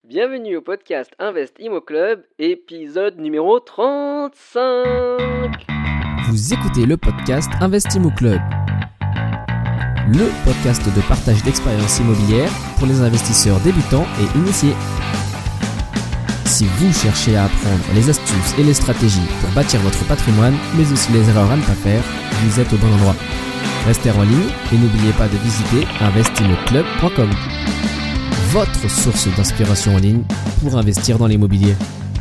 Bienvenue au podcast Invest Immo Club, épisode numéro 35. Vous écoutez le podcast Invest Immo Club, le podcast de partage d'expériences immobilières pour les investisseurs débutants et initiés. Si vous cherchez à apprendre les astuces et les stratégies pour bâtir votre patrimoine, mais aussi les erreurs à ne pas faire, vous êtes au bon endroit. Restez en ligne et n'oubliez pas de visiter investimmoclub.com. Votre source d'inspiration en ligne pour investir dans l'immobilier.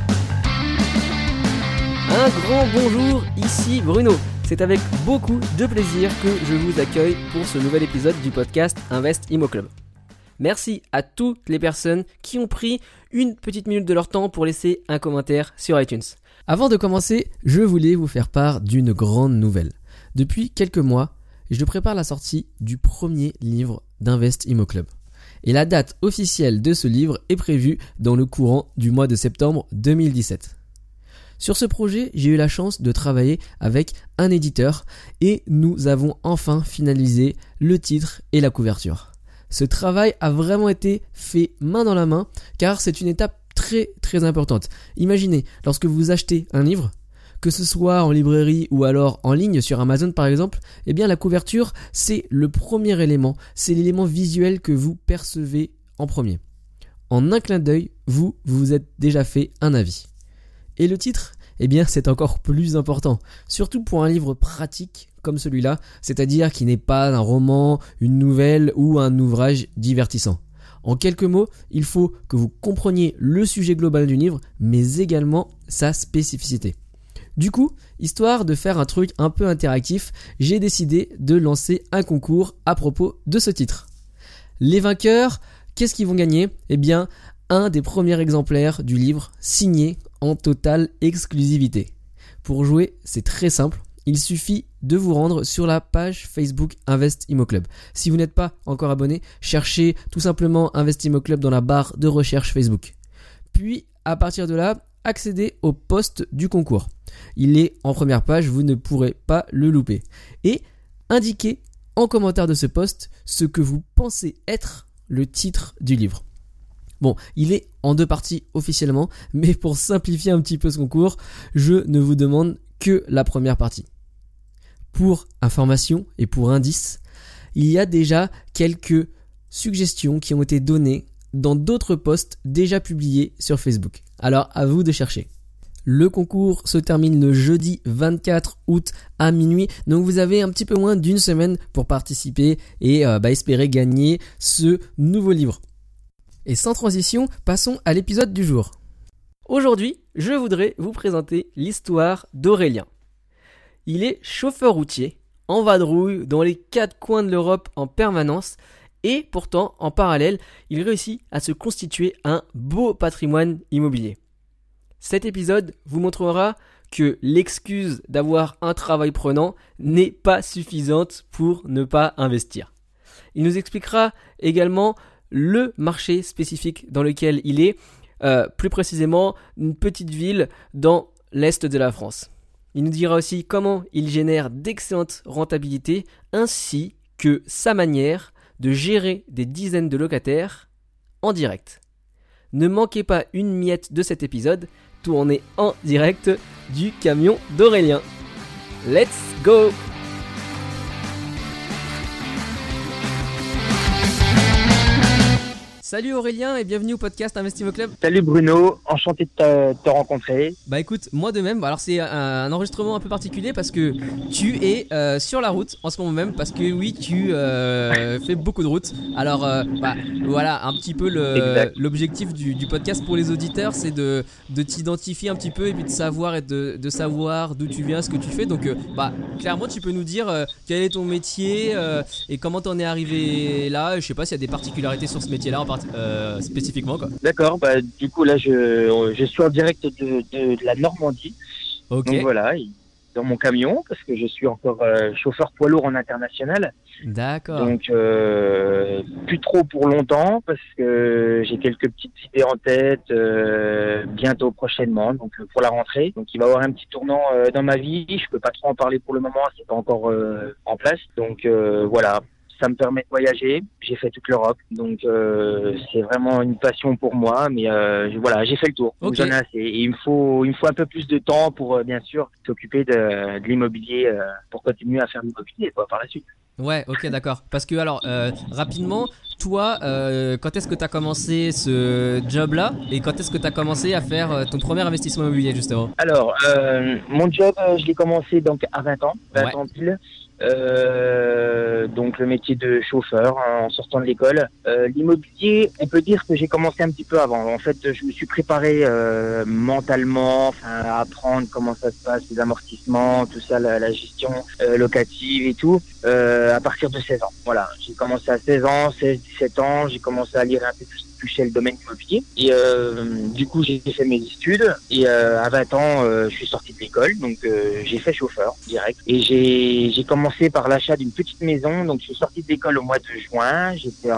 Un grand bonjour, ici Bruno. C'est avec beaucoup de plaisir que je vous accueille pour ce nouvel épisode du podcast Invest Immo Club. Merci à toutes les personnes qui ont pris une petite minute de leur temps pour laisser un commentaire sur iTunes. Avant de commencer, je voulais vous faire part d'une grande nouvelle. Depuis quelques mois, je prépare la sortie du premier livre d'Invest Immo Club. Et la date officielle de ce livre est prévue dans le courant du mois de septembre 2017. Sur ce projet, j'ai eu la chance de travailler avec un éditeur et nous avons enfin finalisé le titre et la couverture. Ce travail a vraiment été fait main dans la main car c'est une étape très très importante. Imaginez, lorsque vous achetez un livre, que ce soit en librairie ou alors en ligne sur Amazon par exemple, eh bien la couverture c'est le premier élément, c'est l'élément visuel que vous percevez en premier. En un clin d'œil, vous vous êtes déjà fait un avis. Et le titre, eh bien c'est encore plus important, surtout pour un livre pratique comme celui-là, c'est-à-dire qui n'est pas un roman, une nouvelle ou un ouvrage divertissant. En quelques mots, il faut que vous compreniez le sujet global du livre, mais également sa spécificité. Du coup, histoire de faire un truc un peu interactif, j'ai décidé de lancer un concours à propos de ce titre. Les vainqueurs, qu'est-ce qu'ils vont gagner ? Eh bien, un des premiers exemplaires du livre signé en totale exclusivité. Pour jouer, c'est très simple. Il suffit de vous rendre sur la page Facebook Invest Immo Club. Si vous n'êtes pas encore abonné, cherchez tout simplement Invest Immo Club dans la barre de recherche Facebook. Puis, à partir de là, accédez au post du concours. Il est en première page, vous ne pourrez pas le louper. Et indiquez en commentaire de ce post ce que vous pensez être le titre du livre. Bon, il est en deux parties officiellement, mais pour simplifier un petit peu ce concours, je ne vous demande que la première partie. Pour information et pour indice, il y a déjà quelques suggestions qui ont été données dans d'autres posts déjà publiés sur Facebook. Alors à vous de chercher. Le concours se termine le jeudi 24 août à minuit, donc vous avez un petit peu moins d'une semaine pour participer et espérer gagner ce nouveau livre. Et sans transition, passons à l'épisode du jour. Aujourd'hui, je voudrais vous présenter l'histoire d'Aurélien. Il est chauffeur routier, en vadrouille dans les quatre coins de l'Europe en permanence et pourtant, en parallèle, il réussit à se constituer un beau patrimoine immobilier. Cet épisode vous montrera que l'excuse d'avoir un travail prenant n'est pas suffisante pour ne pas investir. Il nous expliquera également le marché spécifique dans lequel il est, plus précisément une petite ville dans l'est de la France. Il nous dira aussi comment il génère d'excellentes rentabilités ainsi que sa manière de gérer des dizaines de locataires en direct. Ne manquez pas une miette de cet épisode, tourné en direct du camion d'Aurélien. Let's go! Salut Aurélien et bienvenue au podcast Invest Immo Club. Salut Bruno, enchanté de te rencontrer. Bah écoute, moi de même, alors c'est un enregistrement un peu particulier parce que tu es sur la route en ce moment même parce que oui, tu fais beaucoup de routes. Alors voilà, un petit peu l'objectif du podcast pour les auditeurs, c'est de t'identifier un petit peu et puis de savoir et de savoir d'où tu viens, ce que tu fais. Donc clairement tu peux nous dire quel est ton métier et comment t'en es arrivé là. Je sais pas s'il y a des particularités sur ce métier-là spécifiquement quoi. D'accord, du coup là je suis en direct de la Normandie. Ok. Donc voilà, dans mon camion parce que je suis encore chauffeur poids lourd en international. D'accord. Donc plus trop pour longtemps parce que j'ai quelques petites idées en tête bientôt prochainement donc pour la rentrée. Donc il va y avoir un petit tournant dans ma vie, je peux pas trop en parler pour le moment, c'est pas encore en place. Donc voilà. ça me permet de voyager. J'ai fait toute l'Europe, donc c'est vraiment une passion pour moi. Mais voilà, j'ai fait le tour. Donc, Ok. j'en ai assez. Et il me faut un peu plus de temps pour bien sûr s'occuper de l'immobilier pour continuer à faire de l'immobilier quoi, par la suite. Ouais, ok, d'accord. Parce que alors, rapidement, toi, quand est-ce que tu as commencé ce job-là et quand est-ce que tu as commencé à faire ton premier investissement immobilier justement? Alors, mon job, je l'ai commencé donc à 20 ans, 20 Ouais. ans pile. Donc le métier de chauffeur en sortant de l'école. L'immobilier, on peut dire que j'ai commencé un petit peu avant. En fait, je me suis préparé mentalement, à apprendre comment ça se passe, les amortissements, tout ça, la gestion locative et tout, à partir de 16 ans. Voilà, j'ai commencé à 16 ans, 16, 17 ans, j'ai commencé à lire un peu plus chez le domaine immobilier. Et du coup, j'ai fait mes études et à 20 ans, je suis sorti de l'école, donc j'ai fait chauffeur direct. Et j'ai commencé par l'achat d'une petite maison. Donc, je suis sorti de l'école au mois de juin. J'étais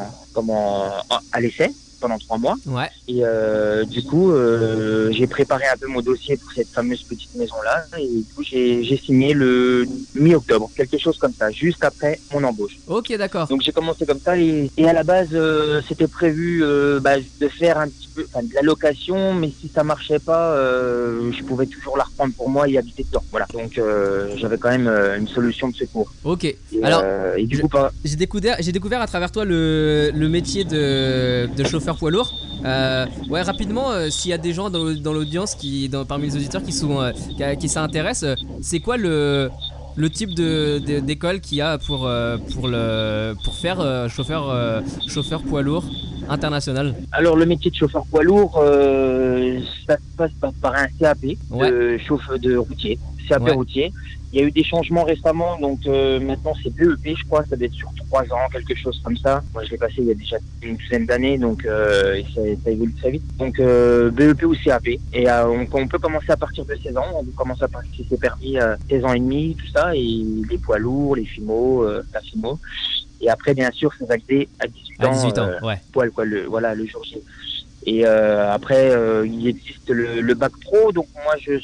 à l'essai pendant 3 mois. Ouais. Et du coup, j'ai préparé un peu mon dossier pour cette fameuse petite maison-là. Et du coup, j'ai signé le mi-octobre, quelque chose comme ça, juste après mon embauche. Ok, d'accord. Donc j'ai commencé comme ça et à la base c'était prévu de faire un petit peu de la location, mais si ça marchait pas, je pouvais toujours la reprendre pour moi et y habiter dedans. Voilà. Donc j'avais quand même une solution de secours. Ok. Et, Alors, et du coup pas. j'ai découvert à travers toi le métier de chauffeur poids lourd. Ouais, rapidement, s'il y a des gens dans l'audience parmi les auditeurs qui s'intéressent, c'est quoi le type d'école qu'il y a pour faire chauffeur poids lourd international? Alors le métier de chauffeur poids lourd, ça se passe par un CAP de chauffeur de routier, CAP Ouais. routier. Il y a eu des changements récemment, donc maintenant c'est BEP, je crois, ça doit être sur 3 ans, quelque chose comme ça. Moi je l'ai passé il y a déjà une douzaine d'années, donc et ça évolue très vite. Donc BEP ou CAP. Et on peut commencer à partir de 16 ans, on peut commencer à partir de ses permis 16 ans et demi, tout ça, et les poids lourds, les FIMO, la FIMO. Et après, bien sûr, c'est validé à 18 ans. À 18 ans, ouais. Poil, quoi, le jour J. Et après, il existe le bac pro. Donc moi, je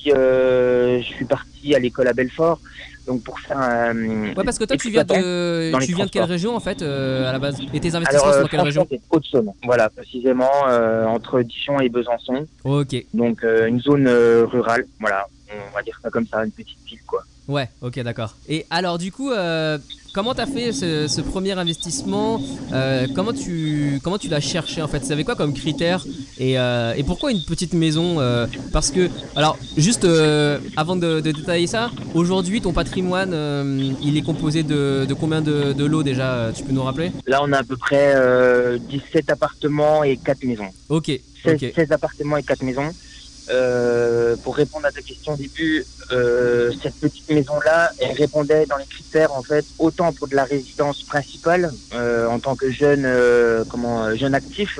suis parti à l'école à Belfort. Donc pour faire un. Ouais, parce que toi, tu viens de quelle région en fait à la base? Et tes investissements sont dans quelle région? C'est Haute-Saône. Voilà, précisément entre Dijon et Besançon. Ok. Donc une zone rurale. Voilà, on va dire ça comme ça, une petite ville, quoi. Ouais, ok, d'accord. Et alors, du coup, comment t'as fait ce premier investissement? Comment tu l'as cherché en fait? Tu avais quoi comme critères? Et pourquoi une petite maison? Parce que, alors, juste avant de détailler ça, aujourd'hui, ton patrimoine, il est composé de combien de lots déjà? Tu peux nous rappeler? Là, on a à peu près 17 appartements et 4 maisons. Ok. 16 appartements et 4 maisons. Pour répondre à ta question au début, cette petite maison-là, elle répondait dans les critères en fait autant pour de la résidence principale en tant que jeune actif,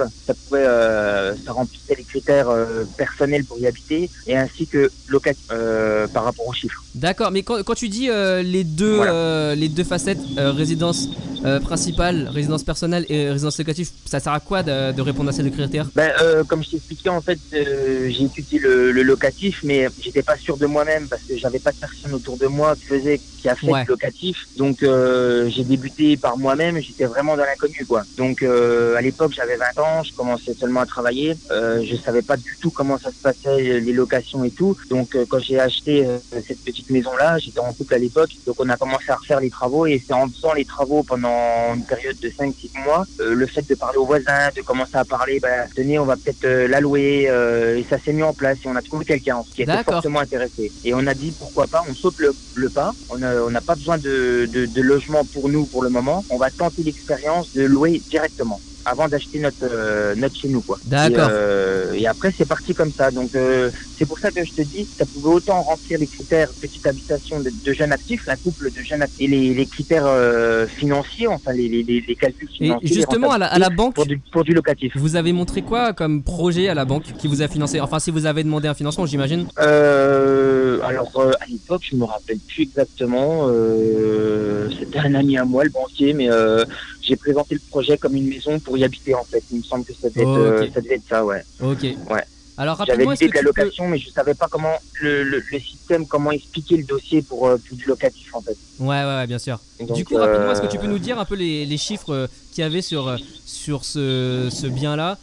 ça remplissait les critères personnels pour y habiter et ainsi que locatif par rapport aux chiffres. D'accord, mais quand tu dis les deux facettes, résidence principale, résidence personnelle et résidence locative, ça sert à quoi de répondre à ces deux critères? Comme je t'ai expliqué, en fait, j'ai étudié le locatif, mais j'étais pas sûr de moi-même parce que j'avais pas de personne autour de moi qui a fait du locatif. Donc j'ai débuté par moi-même, j'étais vraiment dans l'inconnu, quoi. Donc à l'époque, j'avais 20 ans, je commençais seulement à travailler, je savais pas du tout comment ça se passait, les locations et tout. Donc quand j'ai acheté cette petite maison-là, j'étais en couple à l'époque, donc on a commencé à refaire les travaux et c'est en faisant les travaux pendant une période de 5-6 mois, le fait de parler aux voisins, de commencer à parler, tenez, on va peut-être la louer, et ça s'est mis en place et on a trouvé quelqu'un qui était fortement intéressé. Et on a dit pourquoi pas, on saute le pas, on n'a pas besoin de logement pour nous pour le moment, on va tenter l'expérience de louer directement avant d'acheter notre chez nous, quoi. D'accord. Et après c'est parti comme ça. Donc c'est pour ça que je te dis, ça pouvait autant remplir les critères petite habitation de jeunes actifs, un couple de jeunes actifs, et les critères financiers, enfin les calculs financiers. Et justement à la banque, pour du locatif. Vous avez montré quoi comme projet à la banque qui vous a financé? Enfin, si vous avez demandé un financement, j'imagine. Alors à l'époque, je me rappelle plus exactement. C'était un ami à moi, le banquier, mais j'ai présenté le projet comme une maison pour y habiter en fait. Il me semble que ça devait être ça, ouais. Ok. Ouais. Alors J'avais rapidement, l'idée de la location, mais je savais pas comment le système, comment expliquer le dossier pour du locatif en fait. Ouais, bien sûr. Donc, Du coup, rapidement, est-ce que tu peux nous dire un peu les chiffres qu'il y avait sur ce bien-là?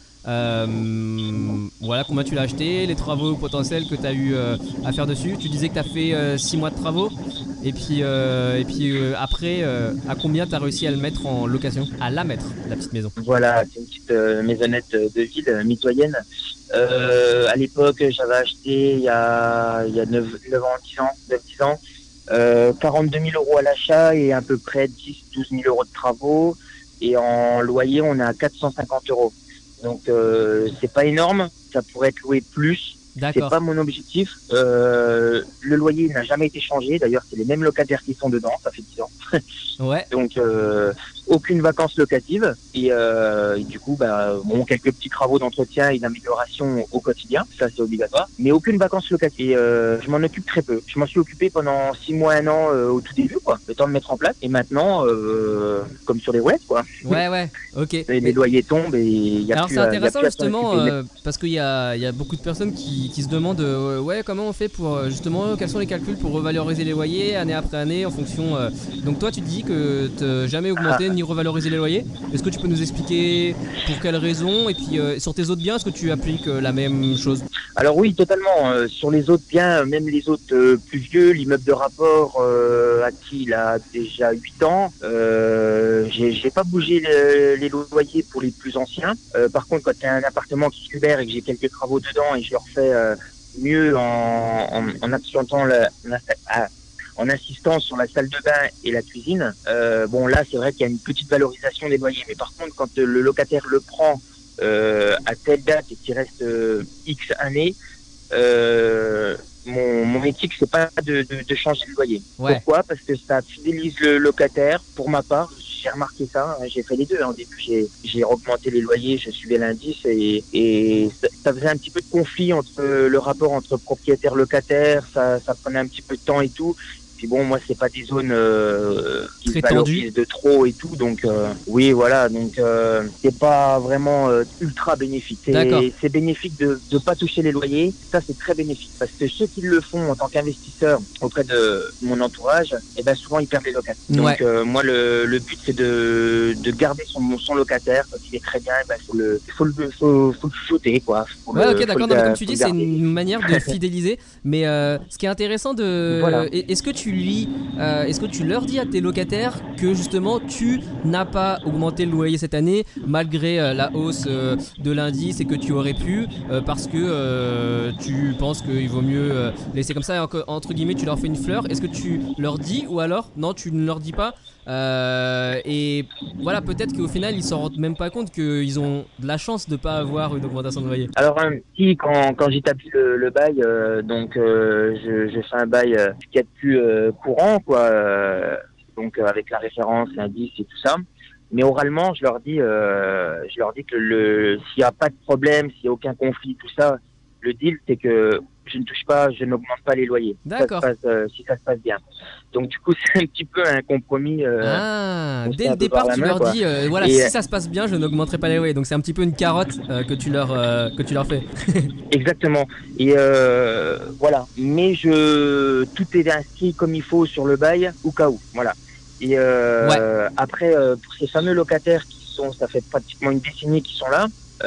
Voilà, combien tu l'as acheté, les travaux potentiels que tu as eu à faire dessus. Tu disais que tu as fait 6 mois de travaux. Et puis après, à combien tu as réussi à le mettre en location? À la mettre, la petite maison. Voilà, c'est une petite maisonnette de ville mitoyenne. À l'époque, j'avais acheté il y a 9 ans, 10 ans, 42 000 euros à l'achat et à peu près 10-12 000 euros de travaux. Et en loyer, on est à 450 euros. Donc, c'est pas énorme. Ça pourrait être loué plus. D'accord. C'est pas mon objectif. Le loyer n'a jamais été changé. D'ailleurs, c'est les mêmes locataires qui sont dedans. Ça fait 10 ans. Ouais. Donc, aucune vacances locatives. Et du coup, bon, quelques petits travaux d'entretien et d'amélioration au quotidien. Ça, c'est obligatoire. Mais aucune vacances locatives. Et je m'en occupe très peu. Je m'en suis occupé pendant 6 mois, 1 an au tout début, quoi. Le temps de mettre en place. Et maintenant, comme sur les roulettes, quoi. Ouais. Ok. Les loyers tombent et il y a alors plus. c'est intéressant y a plus à justement s'en occuper. parce qu'il y a beaucoup de personnes qui se demandent ouais, comment on fait pour justement, quels sont les calculs pour revaloriser les loyers année après année en fonction donc toi tu dis que tu n'as jamais augmenté ni revalorisé les loyers. Est-ce que tu peux nous expliquer pour quelles raisons? Et puis sur tes autres biens, est-ce que tu appliques la même chose? Alors oui, totalement. Sur les autres biens, même les autres plus vieux, l'immeuble de rapport acquis il a déjà 8 ans. J'ai pas bougé les loyers pour les plus anciens. Par contre, quand il y a un appartement qui se libère et que j'ai quelques travaux dedans et je leur fais mieux en accentuant en insistant sur la salle de bain et la cuisine, bon là c'est vrai qu'il y a une petite valorisation des loyers. Mais par contre, quand le locataire le prend à telle date et qu'il reste X années, mon éthique c'est pas de changer le loyer. Ouais. Pourquoi? Parce que ça fidélise le locataire. Pour ma part, j'ai remarqué ça. J'ai fait les deux. Au début, j'ai augmenté les loyers, je suivais l'indice et ça faisait un petit peu de conflit entre le rapport entre propriétaire locataire. Ça prenait un petit peu de temps et tout. Puis bon, moi, c'est pas des zones qui Très se valorisent de trop et tout. Donc, oui, voilà. Donc, c'est pas vraiment ultra bénéfique. C'est bénéfique de pas toucher les loyers. Ça, c'est très bénéfique. Parce que ceux qui le font en tant qu'investisseur auprès de mon entourage, eh ben, souvent, ils perdent les locataires. Ouais. Donc, moi, le but, c'est de garder son locataire. Quand il est très bien, eh ben, faut le chuchoter, quoi. Ouais, ok, d'accord. Non, mais comme tu dis, c'est une manière de fidéliser. Mais ce qui est intéressant Voilà. est-ce que est-ce que tu leur dis à tes locataires que justement tu n'as pas augmenté le loyer cette année malgré la hausse de l'indice et que tu aurais pu parce que tu penses qu'il vaut mieux laisser comme ça, entre guillemets, tu leur fais une fleur? Est-ce que tu leur dis ou alors non, tu ne leur dis pas? Et voilà, peut-être qu'au final ils s'en rendent même pas compte qu'ils ont de la chance de pas avoir une augmentation de loyer. Alors si quand j'établis le bail, donc je fais un bail ce qu'il y a de plus courant, quoi, donc avec la référence, l'indice et tout ça. Mais oralement, je leur dis que s'il n'y a pas de problème, s'il n'y a aucun conflit, tout ça, le deal c'est que je ne touche pas, je n'augmente pas les loyers. D'accord. Si ça se passe bien. Donc du coup, c'est un petit peu un compromis. Dès le départ, tu leur dis, voilà, si ça se passe bien, je n'augmenterai pas les loyers. Donc c'est un petit peu une carotte que tu leur fais. Exactement. Et voilà. Mais tout est inscrit comme il faut sur le bail, au cas où. Voilà. Et après, pour ces fameux locataires ça fait pratiquement une décennie qu'ils sont là.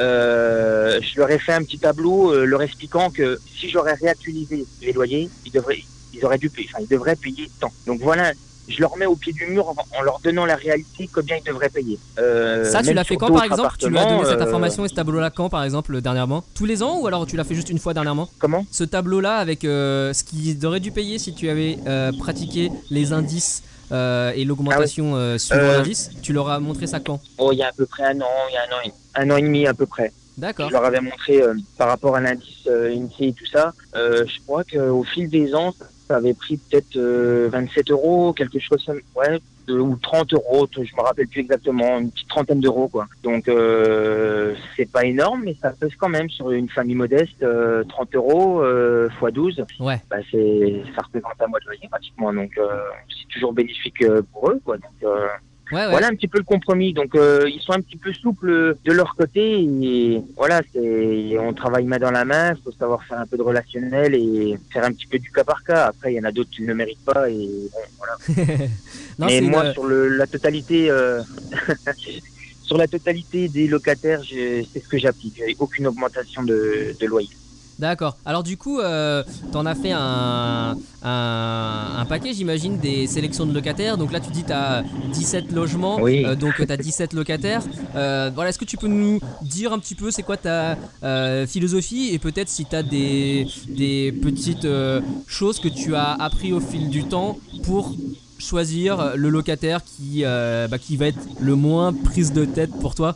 Je leur ai fait un petit tableau leur expliquant que si j'aurais réactualisé les loyers, ils devraient payer tant. Donc voilà, je leur mets au pied du mur en leur donnant la réalité combien ils devraient payer. Ça, tu l'as fait quand par exemple? Tu lui as donné cette information et ce tableau-là quand par exemple dernièrement? Tous les ans ou alors tu l'as fait juste une fois dernièrement? Comment? Ce tableau-là avec ce qu'ils auraient dû payer si tu avais pratiqué les indices et l'augmentation suivant l'indice, tu leur as montré ça quand? Il y a à peu près un an et demi à peu près. D'accord. Je leur avais montré par rapport à l'indice INSEE et tout ça. Je crois qu'au fil des ans, ça avait pris peut-être 27 €, quelque chose comme ça. Ouais, ou 30 €, je me rappelle plus exactement, une petite trentaine d'euros, quoi. Donc c'est pas énorme, mais ça pèse quand même sur une famille modeste. 30 € x 12, ouais. Ça représente un mois de loyer pratiquement. Donc c'est toujours bénéfique pour eux, quoi. Donc Ouais. Voilà un petit peu le compromis. Donc ils sont un petit peu souples de leur côté. Et voilà, on travaille main dans la main. Il faut savoir faire un peu de relationnel et faire un petit peu du cas par cas. Après, il y en a d'autres qui ne le méritent pas. Et bon, voilà. Non, mais moi, une... sur la totalité... sur la totalité des locataires, c'est ce que j'applique. J'ai aucune augmentation de loyer. D'accord. Alors du coup, t'en as fait un paquet, j'imagine, des sélections de locataires. Donc là, tu dis tu as 17 logements, Oui. Donc tu as 17 locataires. Voilà, est-ce que tu peux nous dire un petit peu c'est quoi ta philosophie et peut-être si tu as des petites choses que tu as appris au fil du temps pour choisir le locataire qui va être le moins prise de tête pour toi?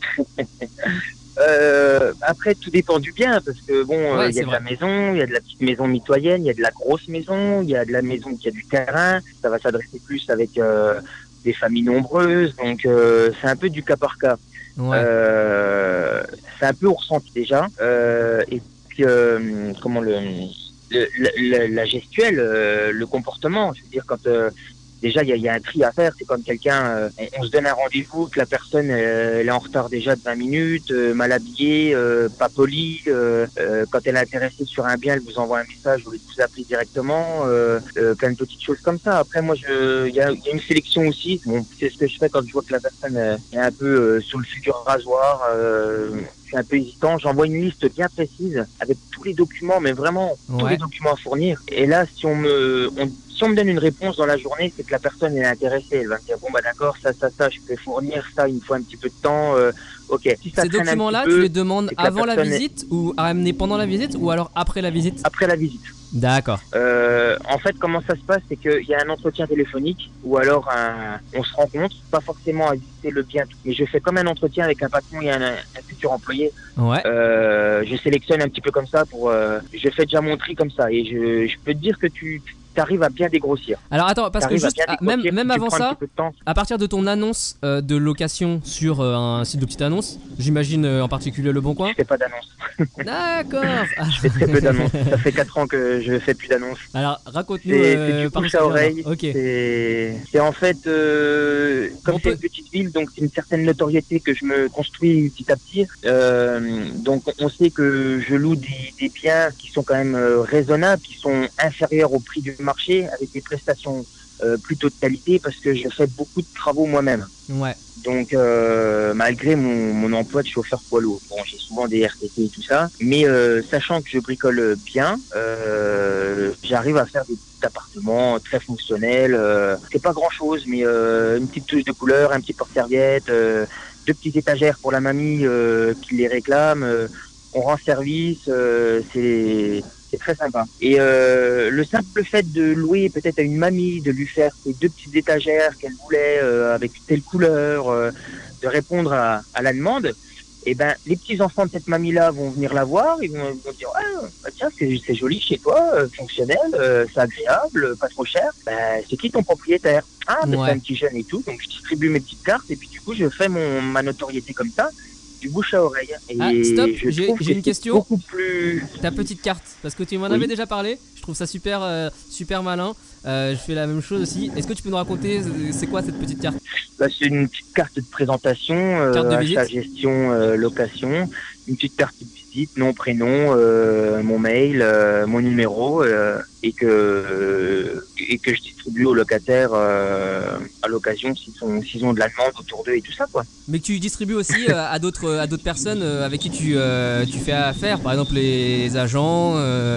Après, tout dépend du bien, parce que bon, Ouais, y a de la maison, il y a de la petite maison mitoyenne, il y a de la grosse maison, il y a de la maison qui a du terrain. Ça va s'adresser plus avec des familles nombreuses, donc c'est un peu du cas par cas. Ouais. C'est un peu au ressenti déjà. Et puis, comment la gestuelle, le comportement, je veux dire quand déjà, il y a un tri à faire. C'est quand quelqu'un, on se donne un rendez-vous, que la personne elle est en retard déjà de 20 minutes, mal habillée, pas polie. Quand elle est intéressée sur un bien, elle vous envoie un message au lieu de vous appeler directement. Plein de petites choses comme ça. Après, moi, il y a une sélection aussi. Bon, c'est ce que je fais quand je vois que la personne est un peu sur le fil du rasoir. Je suis un peu hésitant. J'envoie une liste bien précise avec tous les documents, mais vraiment tous les documents à fournir. Et là, si on me donne une réponse dans la journée, c'est que la personne est intéressée. Elle va me dire bon bah d'accord, ça, je peux fournir ça. Il me faut un petit peu de temps. Ok. Si ça Ces documents-là, tu les demandes avant la visite ou à amener pendant la visite ou alors après la visite? Après la visite. D'accord. En fait, comment ça se passe, c'est qu'il y a un entretien téléphonique ou alors on se rencontre, pas forcément à visiter le bien, mais je fais comme un entretien avec un patron et un futur employé. Ouais. Je sélectionne un petit peu comme ça je fais déjà mon tri comme ça et je peux te dire que tu arrives à bien dégrossir. Alors attends, parce que juste même avant ça, à partir de ton annonce de location sur un site de petite annonce, j'imagine en particulier Le Bon Coin. Je fais pas d'annonce. D'accord. Je fais très peu d'annonces. Ça fait 4 ans que je fais plus d'annonces. Alors raconte-nous. C'est du bouche à oreille. Okay. C'est en fait comme c'est une petite ville, donc c'est une certaine notoriété que je me construis petit à petit. Donc on sait que je loue des biens qui sont quand même raisonnables, qui sont inférieurs au prix du marché, avec des prestations plutôt de qualité, parce que je fais beaucoup de travaux moi-même. Ouais. Donc malgré mon emploi de chauffeur poids lourd, bon, j'ai souvent des RTT et tout ça, mais sachant que je bricole bien, j'arrive à faire des petits appartements très fonctionnels. C'est pas grand chose, mais une petite touche de couleur, un petit porte-serviette, 2 petites étagères pour la mamie qui les réclame. On rend service, c'est très sympa. Et le simple fait de louer peut-être à une mamie, de lui faire ces 2 petites étagères qu'elle voulait avec telle couleur, de répondre à la demande, et ben les petits enfants de cette mamie-là vont venir la voir, ils vont dire bah tiens c'est joli chez toi, fonctionnel, c'est agréable, pas trop cher. Ben c'est qui ton propriétaire? C'est un petit jeune et tout. Donc je distribue mes petites cartes et puis du coup je fais ma notoriété comme ça. Du bouche à oreille. Et stop, j'ai une question. Beaucoup plus... Ta petite carte, parce que tu m'en avais déjà parlé. Je trouve ça super malin. Je fais la même chose aussi. Est-ce que tu peux nous raconter c'est quoi cette petite carte? C'est une petite carte de présentation, carte de visite. achat, gestion, location, une petite carte de visite, nom, prénom, mon mail, mon numéro, et que je distribue aux locataires à l'occasion s'ils ont de la demande autour d'eux et tout ça quoi. Mais que tu distribues aussi à d'autres personnes avec qui tu fais affaire, par exemple les agents,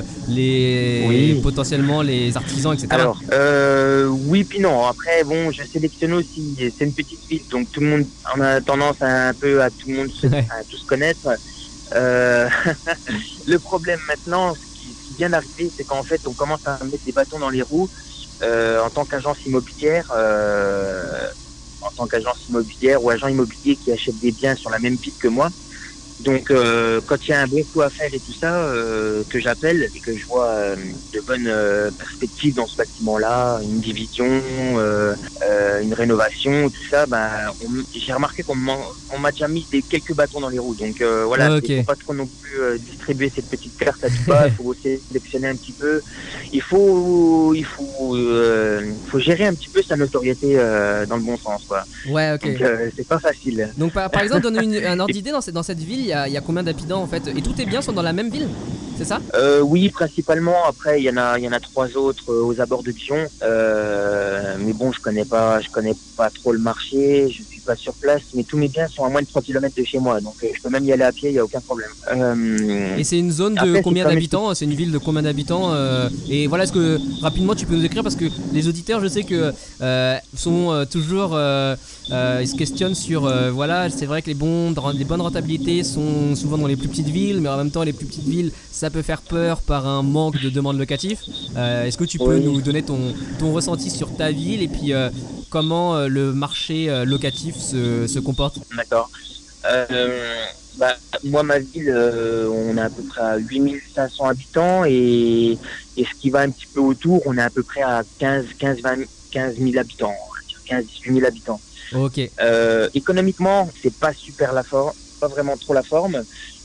potentiellement les artisans, etc. Alors oui puis non. Après bon, je sélectionne aussi. C'est une petite ville, donc tout le monde on a tendance à tout le monde à tous connaître. Le problème maintenant, ce qui vient d'arriver, c'est qu'en fait on commence à mettre des bâtons dans les roues en tant qu'agence immobilière ou agent immobilier qui achète des biens sur la même ville que moi. Donc quand il y a un bon coup à faire et tout ça, que j'appelle et que je vois de bonnes perspectives dans ce bâtiment-là, une division, une rénovation, tout ça, j'ai remarqué qu'on m'a déjà mis quelques bâtons dans les roues. Donc voilà, Ok. il faut pas trop non plus distribuer cette petite carte à tout pas. Il faut aussi sélectionner un petit peu. Il faut gérer un petit peu sa notoriété dans le bon sens, quoi. Ouais, ok. Donc c'est pas facile. Donc par exemple, donne-nous un ordre d'idée dans cette ville, il y a combien d'habitants en fait? Et tous tes biens sont dans la même ville? C'est ça? Oui, principalement. Après, il y en a 3 autres aux abords de Dijon. Mais bon, je connais pas trop le marché. Je suis pas sur place. Mais tous mes biens sont à moins de 3 km de chez moi, donc je peux même y aller à pied. Il y a aucun problème. Et c'est une zone de après, combien c'est d'habitants? C'est une ville de combien d'habitants? Et voilà, est-ce que rapidement tu peux nous décrire, parce que les auditeurs, je sais que sont toujours ils se questionnent sur voilà, c'est vrai que les bonnes rentabilités sont souvent dans les plus petites villes, mais en même temps les plus petites villes ça peut faire peur par un manque de demandes locatives. Est-ce que tu peux nous donner ton ressenti sur ta ville et puis comment le marché locatif se comporte? D'accord. Moi, ma ville, on est à peu près à 8500 habitants et ce qui va un petit peu autour, on est à peu près à 15 000 habitants, 15-18 000 habitants. Ok. Économiquement, c'est pas super pas vraiment trop la forme.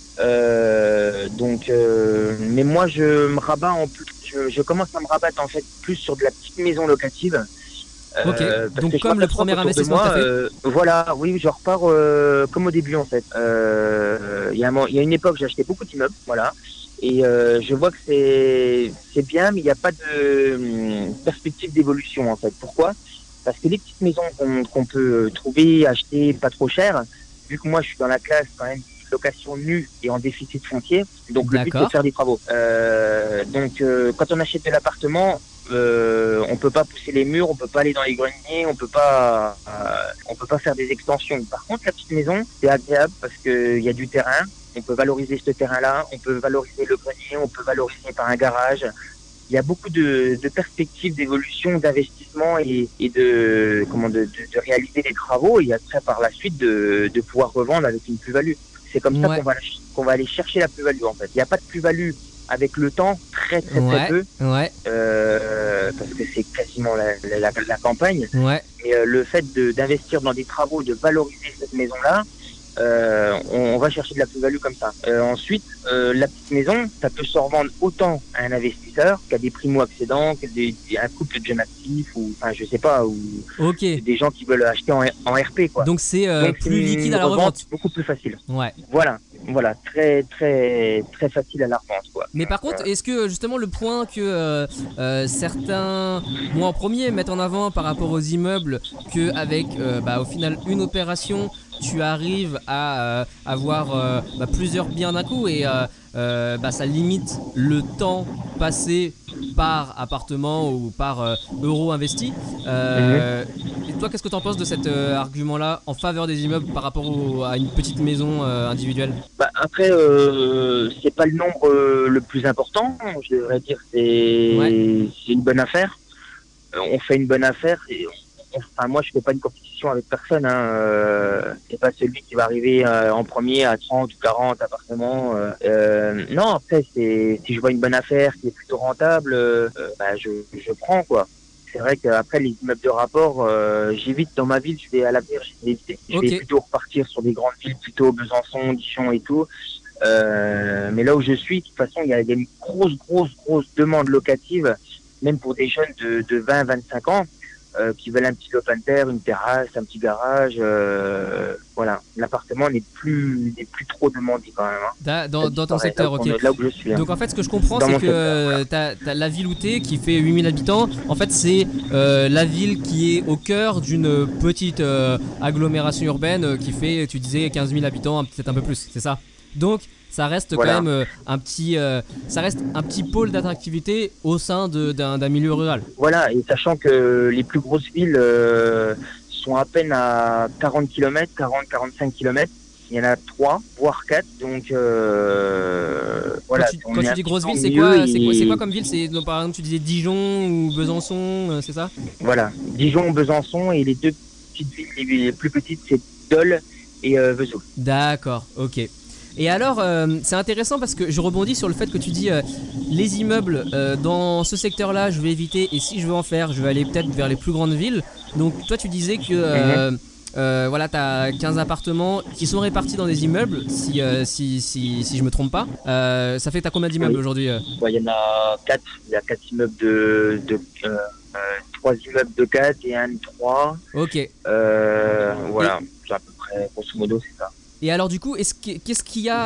Mais moi, je me rabats je commence à me rabattre en fait plus sur de la petite maison locative. Ok, donc comme le premier investissement que tu as fait. Voilà, oui, je repars comme au début en fait. Il y a une époque, j'ai acheté beaucoup d'immeubles, voilà. Et je vois que c'est bien, mais il n'y a pas de perspective d'évolution en fait. Pourquoi? Parce que les petites maisons qu'on peut trouver, acheter pas trop cher, vu que moi je suis dans la classe quand même location nue et en déficit foncier, donc le but c'est de faire des travaux. Quand on achète de l'appartement, on peut pas pousser les murs, on peut pas aller dans les greniers, on peut pas faire des extensions. Par contre, la petite maison, c'est agréable parce que il y a du terrain, on peut valoriser ce terrain-là, on peut valoriser le grenier, on peut valoriser par un garage. Il y a beaucoup de perspectives d'évolution, d'investissement et de réaliser des travaux et après par la suite de pouvoir revendre avec une plus-value. C'est comme ça qu'on va aller chercher la plus-value en fait. Il n'y a pas de plus-value avec le temps, très peu, parce que c'est quasiment la campagne. Ouais. Mais le fait d'investir dans des travaux, de valoriser cette maison-là, on va chercher de la plus-value comme ça. Ensuite, la petite maison, ça peut se revendre autant à un investisseur qu'à des primo-accédants, qu'à un couple de jeunes actifs, ou enfin je sais pas, ou des gens qui veulent acheter en RP quoi. Donc c'est plus liquide à la revente, beaucoup plus facile. Ouais. Voilà, très très très facile à la revente quoi. Mais par contre, est-ce que justement le point que certains, moi en premier, mettent en avant par rapport aux immeubles, que avec au final une opération, tu arrives à avoir plusieurs biens d'un coup et ça limite le temps passé par appartement ou par euro investi. Et toi, qu'est-ce que tu en penses de cet argument-là en faveur des immeubles par rapport à une petite maison individuelle? Après, c'est pas le nombre le plus important. Je devrais dire c'est une bonne affaire. On fait une bonne affaire. Moi, je fais pas une compétition avec personne. C'est pas celui qui va arriver en premier à 30 ou 40 appartements. Non, après, si je vois une bonne affaire qui est plutôt rentable, je prends quoi. C'est vrai qu'après les immeubles de rapport, j'évite dans ma ville. À l'avenir, je vais éviter. Je vais plutôt repartir sur des grandes villes, plutôt Besançon, Dijon et tout. Mais là où je suis, de toute façon, il y a une grosse demande locative, même pour des jeunes de 20-25 ans. Qui veulent un petit open terre, une terrasse, un petit garage, voilà. L'appartement n'est plus trop demandé quand même. Dans ton secteur, ok. Là où je suis. Donc en fait, ce que je comprends, c'est que t'as la ville où t'es, qui fait 8000 habitants. En fait, c'est la ville qui est au cœur d'une petite agglomération urbaine qui fait, tu disais, 15 000 habitants, peut-être un peu plus, c'est ça? Donc ça reste quand même un petit pôle d'attractivité au sein d'un milieu rural. Voilà, et sachant que les plus grosses villes sont à peine à 40 km, 40-45 km. Il y en a 3, voire 4, donc voilà. Quand tu dis grosse ville, c'est quoi comme ville? Donc, par exemple, tu disais Dijon ou Besançon, c'est ça? Voilà, Dijon, Besançon, et les deux petites villes les plus petites, c'est Dole et Vesoul. D'accord, ok. Et alors, c'est intéressant parce que je rebondis sur le fait que tu dis les immeubles dans ce secteur-là, je vais éviter, et si je veux en faire, je vais aller peut-être vers les plus grandes villes. Donc toi, tu disais que voilà, tu as 15 appartements qui sont répartis dans des immeubles, si je me trompe pas. Ça fait que tu as combien d'immeubles aujourd'hui Il y en a 4. Il y a 4 immeubles de 3 immeubles de 4 et un de 3. Ok. Voilà, c'est à peu près, grosso modo, c'est ça. Et alors du coup, est-ce qu'il y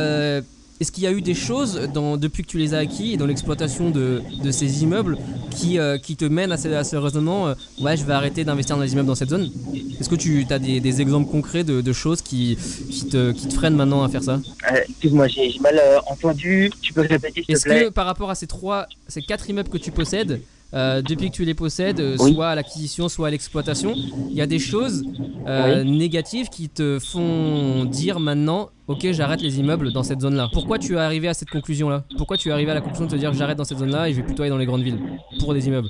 a eu des choses depuis que tu les as acquis et dans l'exploitation de ces immeubles qui te mènent à ce raisonnement ouais, je vais arrêter d'investir dans les immeubles dans cette zone? Est-ce que tu as des exemples concrets de choses qui te freinent maintenant à faire ça? Excuse-moi, j'ai mal entendu. Tu peux répéter, s'il te plaît? Est-ce que par rapport à ces 4 immeubles que tu possèdes, depuis que tu les possèdes, oui, soit à l'acquisition, soit à l'exploitation, il y a des choses oui, négatives qui te font dire maintenant, ok, j'arrête les immeubles dans cette zone-là. Pourquoi tu es arrivé à cette conclusion-là? Pourquoi tu es arrivé à la conclusion de te dire j'arrête dans cette zone-là et je vais plutôt aller dans les grandes villes pour des immeubles?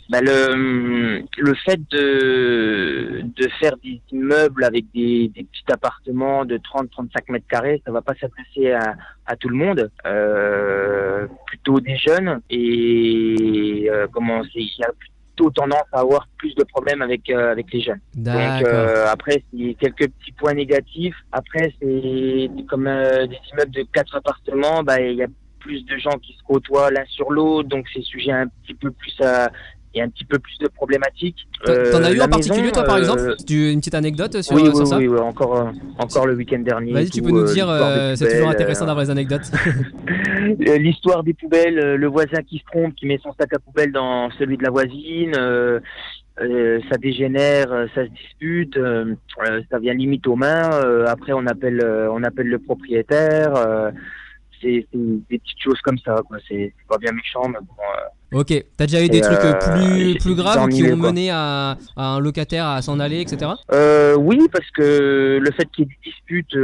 le fait de faire des immeubles avec des petits appartements de 30-35 mètres carrés, ça va pas s'adresser à tout le monde, plutôt des jeunes, et il y a plutôt tendance à avoir plus de problèmes avec les jeunes. D'accord. Donc après, c'est quelques petits points négatifs. Après, c'est comme des immeubles de 4 appartements, il y a plus de gens qui se côtoient l'un sur l'autre, donc c'est sujet un petit peu plus à et un petit peu plus de problématiques. T'en as eu en particulier, toi, par exemple? Une petite anecdote sur ça? Oui, encore le week-end dernier. Vas-y, tu peux nous dire, c'est toujours intéressant d'avoir les anecdotes. L'histoire des poubelles, le voisin qui se trompe, qui met son sac à poubelle dans celui de la voisine, ça dégénère, ça se dispute, ça vient limite aux mains, après on appelle le propriétaire, c'est des petites choses comme ça, quoi. C'est pas bien méchant, mais bon. Ok, t'as déjà eu des trucs plus graves qui ont mené à un locataire à s'en aller, etc. Oui, parce que le fait qu'il y ait des disputes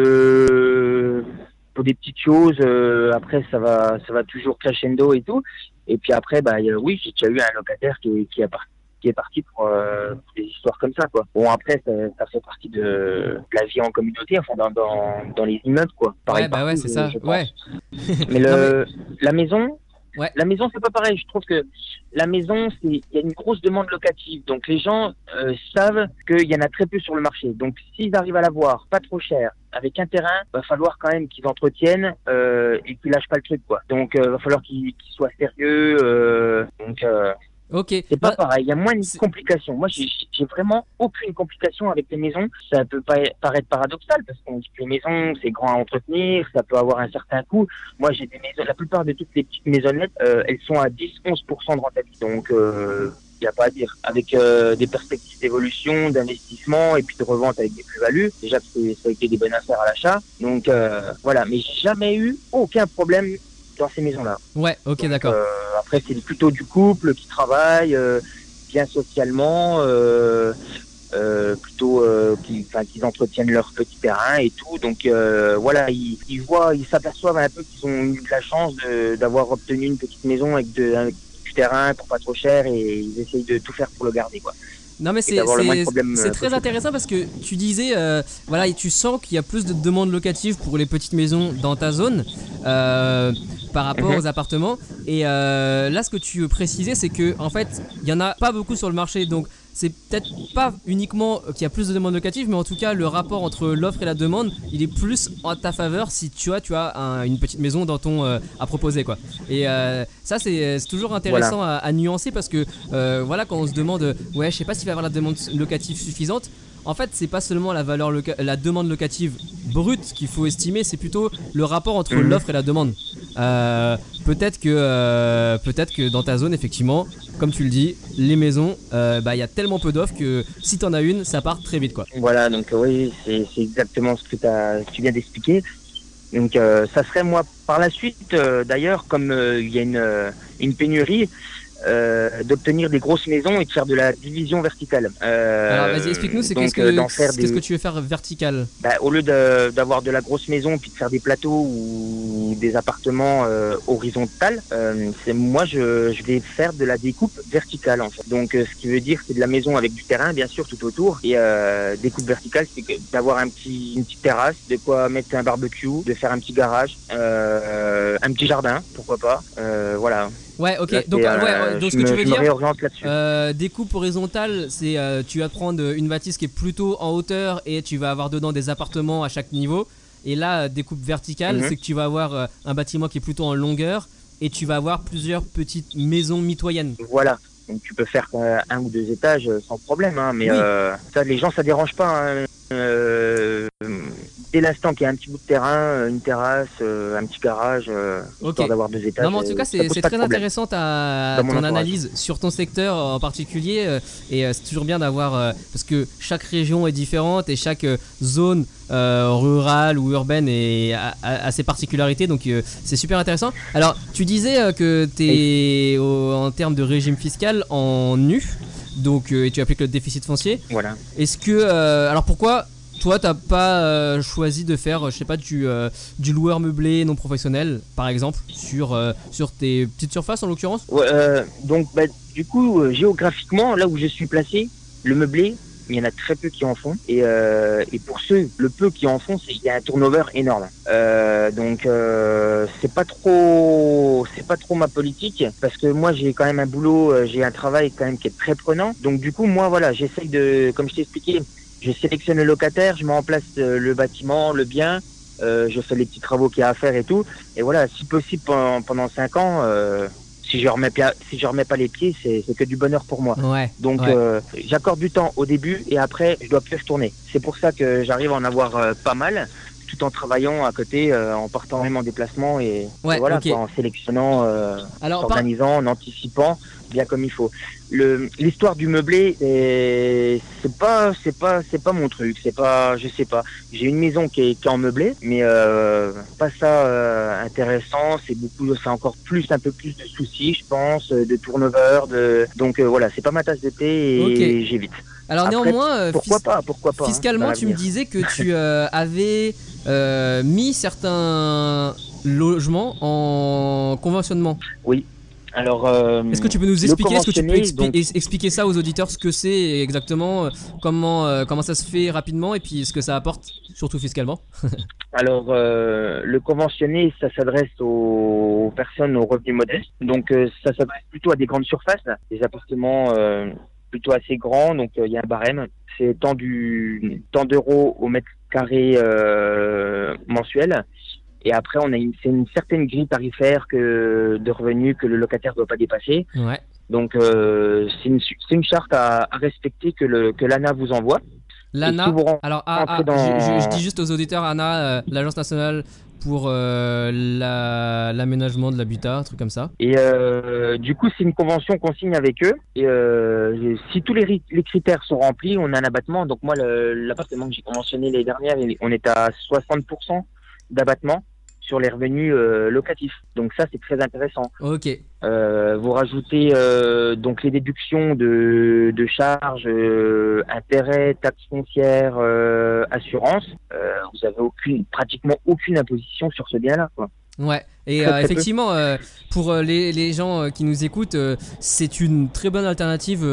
pour des petites choses, après ça va toujours crescendo et tout. Et puis après, oui, j'ai déjà eu un locataire qui est parti pour des histoires comme ça, quoi. Bon, après, ça fait partie de la vie en communauté, enfin dans les immeubles, quoi. Pareil, ouais, ouais, c'est ça. Ouais. Mais la maison. Ouais. La maison, c'est pas pareil. Je trouve que la maison, il y a une grosse demande locative. Donc, les gens savent qu'il y en a très peu sur le marché. Donc, s'ils arrivent à l'avoir pas trop cher, avec un terrain, va falloir quand même qu'ils entretiennent et qu'ils lâchent pas le truc, quoi. Donc, va falloir qu'ils soient sérieux. Ok. C'est pas pareil. Il y a moins de complications. Moi, j'ai vraiment aucune complication avec les maisons. Ça peut paraître paradoxal parce qu'on dit que les maisons, c'est grand à entretenir, ça peut avoir un certain coût. Moi, j'ai des maisons. La plupart de toutes les petites maisonnettes, elles sont à 10-11% de rentabilité. Donc, il n'y a pas à dire. Avec des perspectives d'évolution, d'investissement et puis de revente avec des plus-values. Déjà, ça a été des bonnes affaires à l'achat. Donc, voilà. Mais j'ai jamais eu aucun problème dans ces maisons-là. Ouais, ok, donc, d'accord. Après, c'est plutôt du couple qui travaille bien socialement, plutôt qu'ils entretiennent leur petit terrain et tout. Donc voilà, ils s'aperçoivent un peu qu'ils ont eu de la chance d'avoir obtenu une petite maison avec du terrain pour pas trop cher, et ils essayent de tout faire pour le garder, quoi. Non, mais c'est très intéressant parce que tu disais, voilà, tu sens qu'il y a plus de demandes locatives pour les petites maisons dans ta zone par rapport aux appartements. Et là, ce que tu précisais, c'est que en fait, il y en a pas beaucoup sur le marché. Donc, c'est peut-être pas uniquement qu'il y a plus de demandes locatives, mais en tout cas, le rapport entre l'offre et la demande, il est plus en ta faveur si tu as une petite maison dans à proposer, quoi. Et ça, c'est toujours intéressant, voilà, à nuancer parce que voilà, quand on se demande, ouais, je sais pas s'il va y avoir la demande locative suffisante. En fait, c'est pas seulement la demande locative brute qu'il faut estimer, c'est plutôt le rapport entre l'offre et la demande. Peut-être que dans ta zone, effectivement, comme tu le dis, les maisons, y a tellement peu d'offres que si t'en as une, ça part très vite, quoi. Voilà, donc oui, c'est exactement ce que tu viens d'expliquer. Donc ça serait, moi, par la suite, d'ailleurs, comme il y a une pénurie, d'obtenir des grosses maisons et de faire de la division verticale. Alors vas-y, explique-nous, qu'est-ce que tu veux faire vertical? Au lieu d'avoir de la grosse maison puis de faire des plateaux ou des appartements horizontales, moi je vais faire de la découpe verticale en fait. Donc ce qui veut dire c'est de la maison avec du terrain bien sûr tout autour, et découpe verticale c'est d'avoir une petite terrasse, de quoi mettre un barbecue, de faire un petit garage, un petit jardin, pourquoi pas, voilà. Ouais, ok. Là, donc ce que tu veux dire, découpe horizontale, c'est tu vas prendre une bâtisse qui est plutôt en hauteur et tu vas avoir dedans des appartements à chaque niveau. Et là, découpe verticale, c'est que tu vas avoir un bâtiment qui est plutôt en longueur et tu vas avoir plusieurs petites maisons mitoyennes. Voilà. Donc tu peux faire 1 ou 2 étages sans problème, hein, mais oui. Ça, les gens ça dérange pas. Hein. Dès l'instant qu'il y a un petit bout de terrain, une terrasse, un petit garage, histoire d'avoir 2 étages. Non, mais en tout cas, c'est très intéressant ton analyse sur ton secteur en particulier, et c'est toujours bien d'avoir parce que chaque région est différente et chaque zone rurale ou urbaine a ses particularités, donc c'est super intéressant. Alors, tu disais que t'es en termes de régime fiscal en nu. Donc, et tu appliques le déficit foncier. Voilà. Est-ce que alors pourquoi toi t'as pas choisi de faire, je sais pas, du loueur meublé non professionnel par exemple sur tes petites surfaces en l'occurrence? Ouais, donc du coup géographiquement là où je suis placé, le meublé, il y en a très peu qui en font, et pour le peu qui en font, il y a un turnover énorme. Donc c'est pas trop ma politique, parce que moi j'ai quand même un boulot, j'ai un travail quand même qui est très prenant. Donc du coup moi voilà, j'essaye de, comme je t'ai expliqué, je sélectionne le locataire, je mets en place le bâtiment, le bien, je fais les petits travaux qu'il y a à faire et tout. Et voilà, si possible pendant 5 ans. Si je remets pas les pieds, c'est que du bonheur pour moi. Ouais, donc j'accorde du temps au début et après je dois plus retourner. C'est pour ça que j'arrive à en avoir pas mal, tout en travaillant à côté, en partant même en déplacement et voilà, quoi, en sélectionnant, en organisant, en anticipant bien comme il faut. L'histoire du meublé, c'est pas mon truc, je sais pas. J'ai une maison qui est en meublé, mais pas ça intéressant. C'est encore un peu plus de soucis, je pense, de turnover, donc voilà, c'est pas ma tasse de thé et j'évite. Alors après, néanmoins, pourquoi pas fiscalement, hein, tu me disais que tu avais mis certains logements en conventionnement. Oui. Alors, est-ce que tu peux nous expliquer, expliquer ça aux auditeurs, ce que c'est exactement, comment ça se fait rapidement et puis ce que ça apporte, surtout fiscalement? Alors, le conventionné, ça s'adresse aux personnes aux revenus modestes. Donc, ça s'adresse plutôt à des grandes surfaces, des appartements plutôt assez grands. Donc, il y a un barème. C'est tant d'euros au mètre carré mensuel. Et après, c'est une certaine grille tarifaire de revenus que le locataire ne doit pas dépasser. Ouais. Donc, c'est une charte à respecter que l'ANA vous envoie. L'ANA, alors je dis juste aux auditeurs, ANA, l'Agence nationale pour l'aménagement de l'habitat, un truc comme ça. Et du coup, c'est une convention qu'on signe avec eux. Et si tous les critères sont remplis, on a un abattement. Donc moi, l'appartement que j'ai conventionné l'année dernière, on est à 60% d'abattement sur les revenus locatifs. Donc ça, c'est très intéressant. Ok. Vous rajoutez donc les déductions de charges, intérêts, taxes foncières, assurances. Vous avez pratiquement aucune imposition sur ce bien-là, quoi. Ouais. Et effectivement, pour les gens qui nous écoutent, c'est une très bonne alternative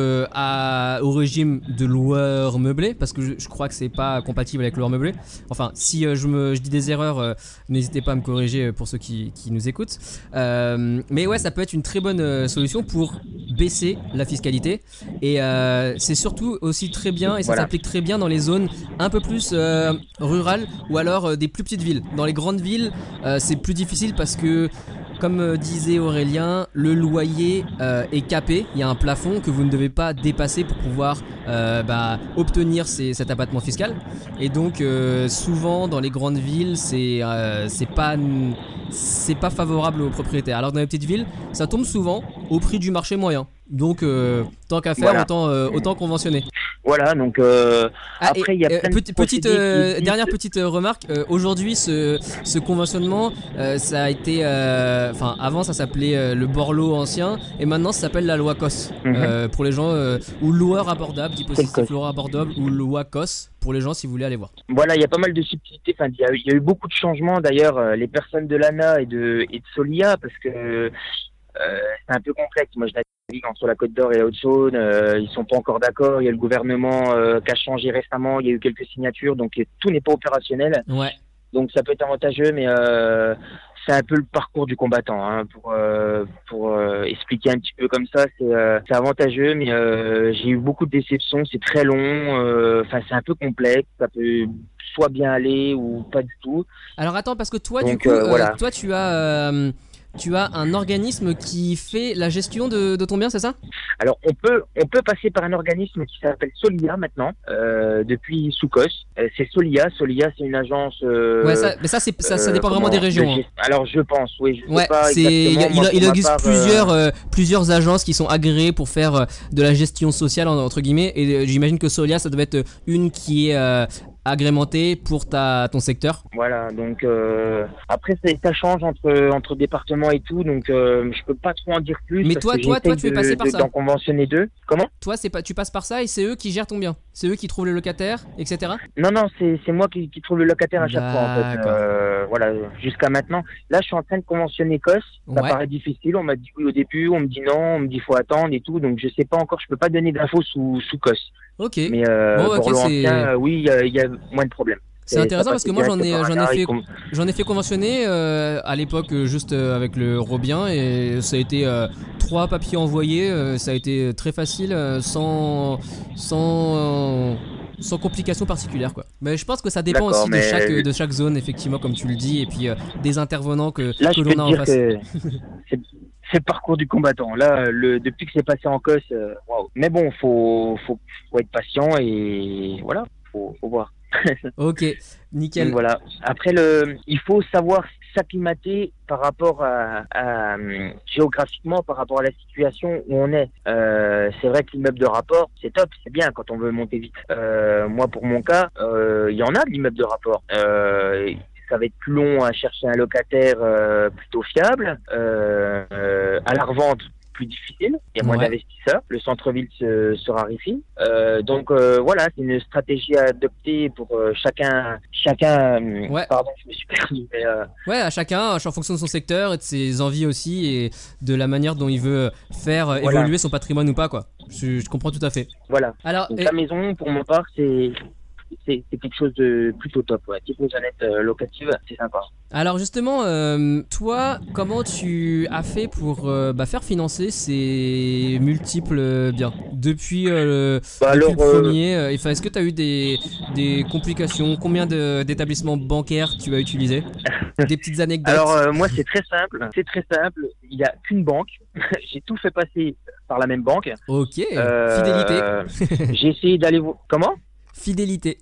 au régime de loueur meublé, parce que je crois que c'est pas compatible avec loueur meublé. Enfin, si je dis des erreurs, n'hésitez pas à me corriger pour ceux qui nous écoutent. Mais ouais, ça peut être une très bonne solution pour baisser la fiscalité. Et c'est surtout aussi très bien, et ça s'applique très bien dans les zones un peu plus rurales ou alors des plus petites villes. Dans les grandes villes, c'est plus difficile parce que, comme disait Aurélien, le loyer est capé. Il y a un plafond que vous ne devez pas dépasser pour pouvoir obtenir cet abattement fiscal. Et donc, souvent dans les grandes villes, c'est pas favorable aux propriétaires. Alors dans les petites villes, ça tombe souvent au prix du marché moyen. Donc, tant qu'à faire, autant conventionner. Voilà, donc après il y a plein de dernière petite remarque. Aujourd'hui, ce conventionnement, ça a été, avant ça s'appelait le Borloo ancien, et maintenant ça s'appelle la loi COS. Pour les gens ou loueur abordable, type aussi loueur abordable ou loi COS pour les gens si vous voulez aller voir. Voilà, il y a pas mal de subtilités. Enfin, il y a eu beaucoup de changements d'ailleurs. Les personnes de l'ANA et de Solia, parce que c'est un peu complexe. Moi, je navigue entre la Côte d'Or et la Haute-Saône. Ils sont pas encore d'accord. Il y a le gouvernement qui a changé récemment. Il y a eu quelques signatures, donc tout n'est pas opérationnel. Ouais. Donc ça peut être avantageux, mais c'est un peu le parcours du combattant. Hein, pour expliquer un petit peu comme ça, c'est avantageux, mais j'ai eu beaucoup de déceptions. C'est très long. Enfin, c'est un peu complexe. Ça peut soit bien aller ou pas du tout. Alors attends, parce que toi, donc, du coup, voilà. toi, tu as un organisme qui fait la gestion de ton bien, c'est ça? Alors on peut passer par un organisme qui s'appelle Solia maintenant, depuis Soukos. C'est Solia. Solia, c'est une agence. Ouais, ça dépend vraiment des régions. Hein. Alors je pense, oui. Je sais pas il existe plusieurs agences qui sont agréées pour faire de la gestion sociale entre guillemets, et j'imagine que Solia, ça devait être une qui est agrémentée pour ton secteur. Voilà, donc après ça change entre départements et tout, donc je peux pas trop en dire plus. Mais toi, tu es passé par ça. D'en conventionner deux. Comment? Toi, tu passes par ça et c'est eux qui gèrent ton bien. C'est eux qui trouvent le locataire, etc. Non, c'est moi qui trouve le locataire à chaque fois en fait. Voilà, jusqu'à maintenant. Là, je suis en train de conventionner COS. Ça paraît difficile. On m'a dit oui au début, on me dit non, on me dit faut attendre et tout. Donc je sais pas encore. Je peux pas donner d'infos sous COS. Ok. Mais pour l'ancien, oui, il y a moins de problèmes. C'est intéressant parce que moi j'en ai fait conventionner à l'époque juste avec le Robien, et ça a été 3 papiers envoyés, ça a été très facile sans complications particulières quoi. Mais je pense que ça dépend aussi de chaque zone effectivement comme tu le dis, et puis des intervenants que l'on a en face. C'est le parcours du combattant. Là, depuis que c'est passé en COS, waouh. Mais bon, faut être patient et voilà, faut voir. Ok, nickel. Donc voilà. Après, il faut savoir s'acclimater par rapport géographiquement par rapport à la situation où on est. C'est vrai que l'immeuble de rapport, c'est top, c'est bien quand on veut monter vite. Moi, pour mon cas, il y en a de l'immeuble de rapport. Ça va être plus long à chercher un locataire plutôt fiable. À la revente, plus difficile, il y a moins d'investisseurs, le centre-ville se raréfie. Donc voilà, c'est une stratégie à adopter pour chacun. Pardon, je me suis perdu. Ouais, à chacun, en fonction de son secteur et de ses envies aussi, et de la manière dont il veut faire évoluer son patrimoine ou pas quoi. Je comprends tout à fait. Voilà. Alors, donc, la maison, pour mon part, c'est quelque chose de plutôt top, type maisonnette locative, c'est sympa. Alors justement, toi, comment tu as fait pour faire financer ces multiples biens depuis le premier est-ce que tu as eu des complications? Combien d'établissements bancaires tu as utilisé? Des petites anecdotes? Alors moi c'est très simple, il n'y a qu'une banque. J'ai tout fait passer par la même banque. Ok, fidélité. J'ai essayé d'aller voir... Comment? Fidélité.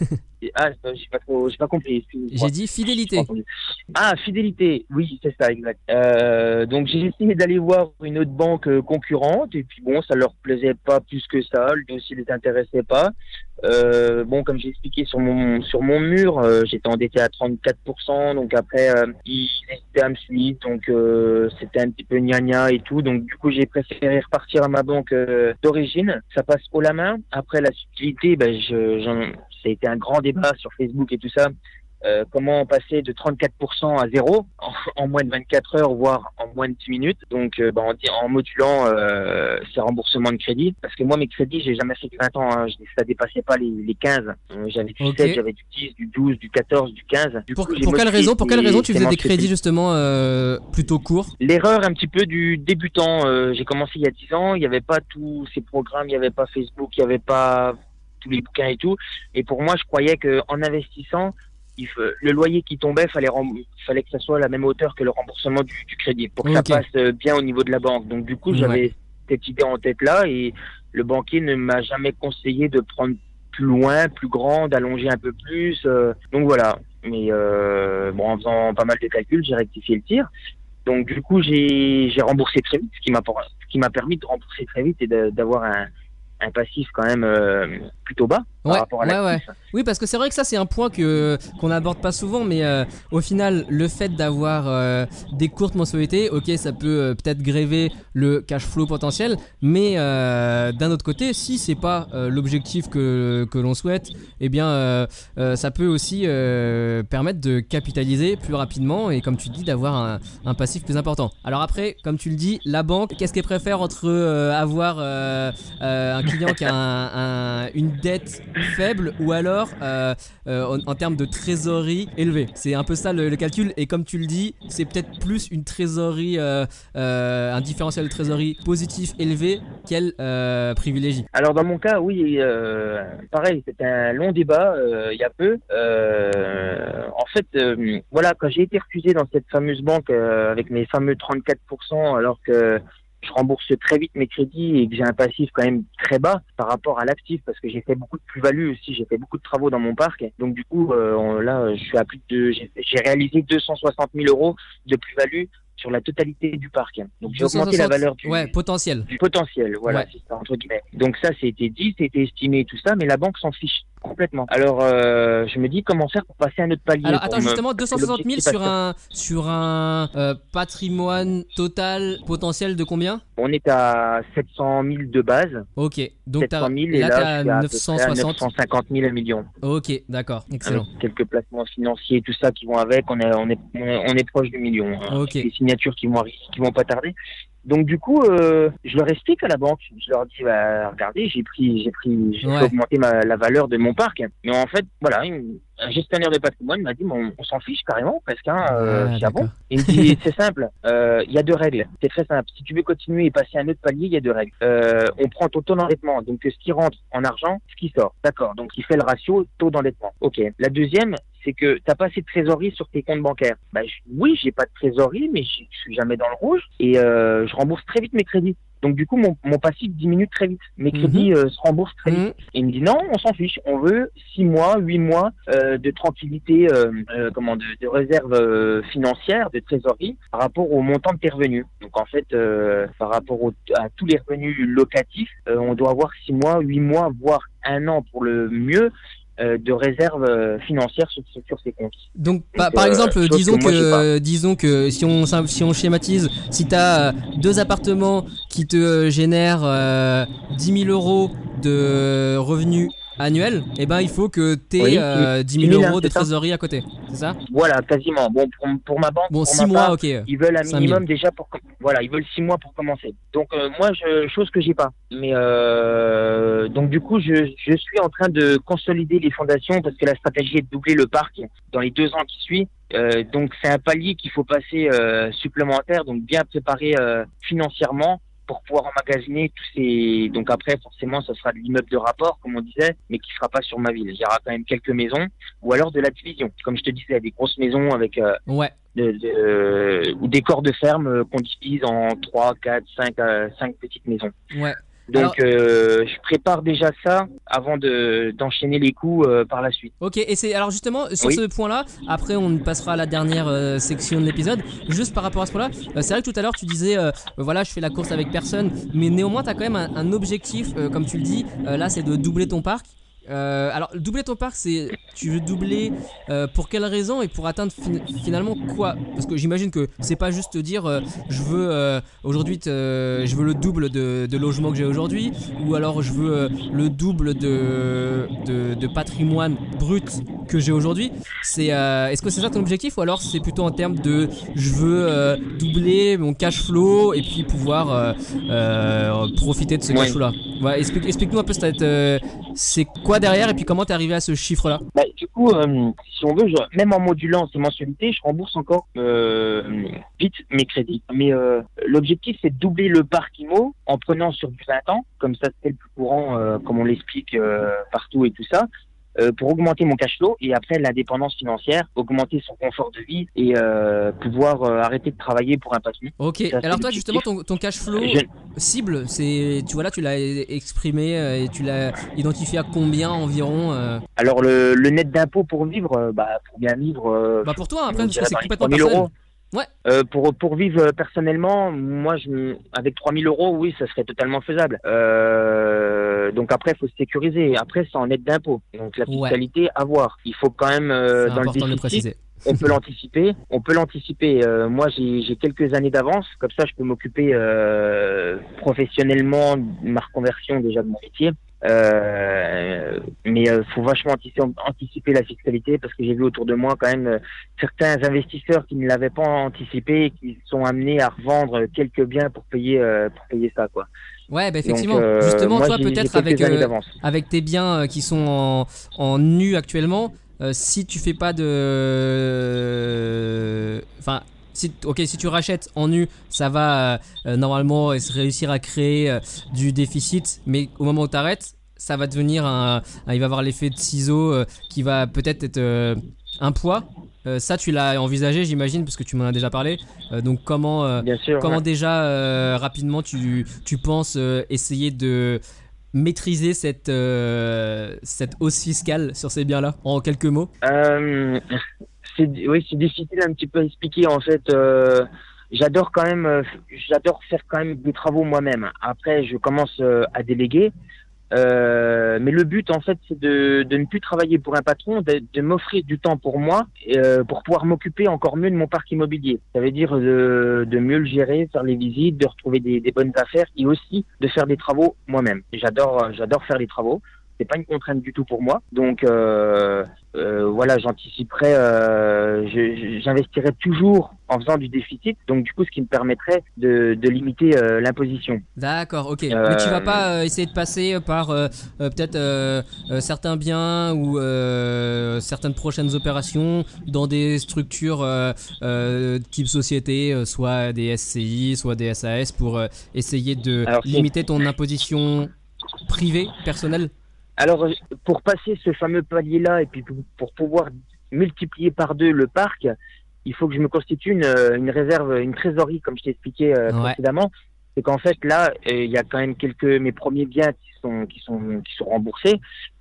J'ai pas compris. J'ai dit fidélité. Fidélité, oui, c'est ça, exact. Donc j'ai essayé d'aller voir une autre banque concurrente, et puis bon, ça leur plaisait pas plus que ça, lui aussi les intéressait pas. Bon, comme j'ai expliqué sur mon mur, j'étais endetté à 34%, donc après ils hésitaient à me suivre, donc c'était un petit peu gna et tout, donc du coup j'ai préféré repartir à ma banque d'origine. Ça passe haut la main. Après la subtilité, ça a été un grand débat sur Facebook et tout ça. Comment passer de 34% à 0 en moins de 24 heures, voire en moins de 10 minutes. Donc, en modulant ces remboursements de crédit. Parce que moi, mes crédits, j'ai jamais fait que 20 ans. Hein. Ça dépassait pas les 15. J'avais du 7, j'avais du 10, du 12, du 14, du 15. Pour quelle raison tu faisais des crédits justement plutôt courts? L'erreur un petit peu du débutant. J'ai commencé il y a 10 ans. Il n'y avait pas tous ces programmes. Il n'y avait pas Facebook. Il n'y avait pas tous les bouquins et tout. Et pour moi, je croyais qu'en investissant, le loyer qui tombait, fallait que ça soit à la même hauteur que le remboursement du crédit pour que ça passe bien au niveau de la banque. Donc du coup, j'avais cette idée en tête là, et le banquier ne m'a jamais conseillé de prendre plus loin, plus grand, d'allonger un peu plus. Donc voilà. Mais en faisant pas mal de calculs, j'ai rectifié le tir. Donc du coup, j'ai remboursé très vite, ce qui m'a permis de rembourser très vite et d'avoir un passif quand même plutôt bas par rapport à l'actif. Oui, parce que c'est vrai que ça c'est un point qu'on n'aborde pas souvent, mais au final le fait d'avoir des courtes mensualités, ok, ça peut peut-être gréver le cash flow potentiel, mais d'un autre côté, si c'est pas l'objectif que l'on souhaite, eh bien ça peut aussi permettre de capitaliser plus rapidement et comme tu dis d'avoir un passif plus important. Alors après, comme tu le dis, la banque, qu'est-ce qu'elle préfère entre avoir un client qui a une dette faible ou alors en termes de trésorerie élevée? C'est un peu ça le calcul, et comme tu le dis, c'est peut-être plus une trésorerie, un différentiel de trésorerie positif élevé qu'elle privilégie. Alors dans mon cas, oui, pareil, c'était un long débat il y a peu. En fait, voilà, quand j'ai été refusé dans cette fameuse banque avec mes fameux 34%, alors que je rembourse très vite mes crédits et que j'ai un passif quand même très bas par rapport à l'actif, parce que j'ai fait beaucoup de plus-value aussi, j'ai fait beaucoup de travaux dans mon parc. Donc du coup, là, je suis à j'ai réalisé 260 000 euros de plus-value sur la totalité du parc. Donc j'ai augmenté la valeur du potentiel. Du potentiel, voilà, c'est ça, entre guillemets. Donc ça, c'était dit, c'était estimé, tout ça, mais la banque s'en fiche complètement. Alors, je me dis comment faire pour passer à un autre palier. Alors attends, justement, 260 000 sur un patrimoine total potentiel de combien? On est à 700 000 de base. Ok, donc 700 000 et là là, t'es à je suis à 950 000 à million. Ok, d'accord, excellent. Avec quelques placements financiers, tout ça qui vont avec, on est proche du million. Ok. Les signatures qui vont pas tarder. Donc du coup, je leur explique à la banque, je leur dis, regardez, j'ai augmenté la valeur de mon parc. Mais en fait, voilà, un gestionnaire de patrimoine m'a dit, on s'en fiche carrément, parce bon. Il me dit, c'est simple, il y a deux règles, c'est très simple. Si tu veux continuer et passer à un autre palier, il y a deux règles. On prend ton taux d'endettement, donc ce qui rentre en argent, ce qui sort, d'accord. Donc il fait le ratio taux d'endettement. Ok. La deuxième, c'est que t'as pas assez de trésorerie sur tes comptes bancaires. Oui, j'ai pas de trésorerie, mais je suis jamais dans le rouge et je rembourse très vite mes crédits. Donc du coup, mon passif diminue très vite. Mes crédits se remboursent très vite. Et il me dit non, on s'en fiche. On veut 6 mois, 8 mois de tranquillité, de réserve financière, de trésorerie par rapport au montant de tes revenus. Donc en fait, par rapport à tous les revenus locatifs, on doit avoir 6 mois, 8 mois, voire 1 an pour le mieux de réserve financière sur ces comptes. Donc par exemple, disons que si on schématise, si tu as deux appartements qui te génèrent 10 000 euros de revenus annuel, il faut que tu aies 10 000 euros de trésorerie à côté, c'est ça? Voilà, quasiment. Bon, pour ma banque, 6 mois, ok. Ils veulent un minimum déjà ils veulent 6 mois pour commencer. Donc moi, chose que j'ai pas. Mais donc du coup, je suis en train de consolider les fondations parce que la stratégie est de doubler le parc dans les 2 ans qui suivent. Donc c'est un palier qu'il faut passer supplémentaire, donc bien préparé financièrement, pour pouvoir emmagasiner tous ces... Donc après, forcément, ça sera de l'immeuble de rapport, comme on disait, mais qui sera pas sur ma ville. Il y aura quand même quelques maisons, ou alors de la division. Comme je te disais, des grosses maisons avec ou des corps de ferme qu'on divise en 3, 4, 5 petites maisons. Ouais. Donc je prépare déjà ça avant d'enchaîner les coups par la suite. Ok, et c'est alors justement sur ce point-là, après on passera à la dernière section de l'épisode. Juste par rapport à ce point-là, c'est vrai que tout à l'heure tu disais voilà, je fais la course avec personne, mais néanmoins tu as quand même un objectif, comme tu le dis, là c'est de doubler ton parc. Alors doubler ton parc, c'est tu veux doubler pour quelle raison et pour atteindre finalement quoi? Parce que j'imagine que c'est pas juste te dire je veux aujourd'hui je veux le double de logements que j'ai aujourd'hui, ou alors je veux le double de patrimoine brut que j'ai aujourd'hui. C'est est-ce que c'est ça ton objectif, ou alors c'est plutôt en termes de je veux doubler mon cash flow et puis pouvoir profiter de ce cash flow là? Ouais, explique-nous un peu c'est quoi derrière et puis comment t'es arrivé à ce chiffre-là? Du coup, si on veut, même en modulant ces mensualités, je rembourse encore vite mes crédits. Mais l'objectif, c'est de doubler le parc IMO en prenant sur du 20 ans, comme ça c'est le plus courant, comme on l'explique partout et tout ça. Pour augmenter mon cash flow et après l'indépendance financière, augmenter son confort de vie et pouvoir arrêter de travailler pour un patron. Ok, ça, alors toi justement ton cash flow cible, c'est tu l'as exprimé et tu l'as identifié à combien environ Alors le net d'impôt pour vivre, pour bien vivre. Pour toi après parce que c'est complètement personnel. Ouais. Pour vivre personnellement, moi, avec 3 000 euros, oui, ça serait totalement faisable. Donc après, il faut se sécuriser. Après, c'est en aide d'impôt. Donc la fiscalité, à voir. Il faut quand même, c'est dans le important de le déficit, préciser. on peut l'anticiper. Moi, j'ai quelques années d'avance. Comme ça, je peux m'occuper professionnellement de ma reconversion déjà de mon métier. Mais faut vachement anticiper la fiscalité, parce que j'ai vu autour de moi quand même certains investisseurs qui ne l'avaient pas anticipé et qui sont amenés à revendre quelques biens pour payer ça, quoi. Ouais, bah effectivement. Donc, justement, moi, toi, j'ai peut-être quelques années d'avance. avec tes biens qui sont en nu actuellement, si tu fais pas de, enfin, si tu rachètes en nu, ça va normalement réussir à créer du déficit, mais au moment où tu arrêtes, ça va devenir il va avoir l'effet de ciseau qui va peut-être être un poids. Ça, tu l'as envisagé, j'imagine, parce que tu m'en as déjà parlé. Donc, comment Bien sûr, comment ouais. déjà rapidement tu penses essayer de maîtriser cette hausse fiscale sur ces biens-là, en quelques mots? C'est difficile un petit peu à expliquer, en fait. J'adore faire quand même des travaux moi-même. Après, je commence à déléguer. Mais le but, en fait, c'est de ne plus travailler pour un patron, de m'offrir du temps pour moi, pour pouvoir m'occuper encore mieux de mon parc immobilier. Ça veut dire de mieux le gérer, faire les visites, de retrouver des bonnes affaires, et aussi de faire des travaux moi-même. J'adore faire les travaux. C'est pas une contrainte du tout pour moi. Donc voilà, j'anticiperai, j'investirai toujours en faisant du déficit. Donc du coup, ce qui me permettrait de limiter l'imposition. D'accord, ok. Mais tu vas pas essayer de passer par peut-être certains biens ou certaines prochaines opérations dans des structures type société, soit des SCI, soit des SAS, pour essayer de limiter ton imposition privée, personnelle? Alors, pour passer ce fameux palier-là, et puis pour pouvoir multiplier par 2 le parc, il faut que je me constitue une réserve, une trésorerie, comme je t'ai expliqué précédemment. C'est qu'en fait, là, il y a quand même mes premiers biens qui sont remboursés.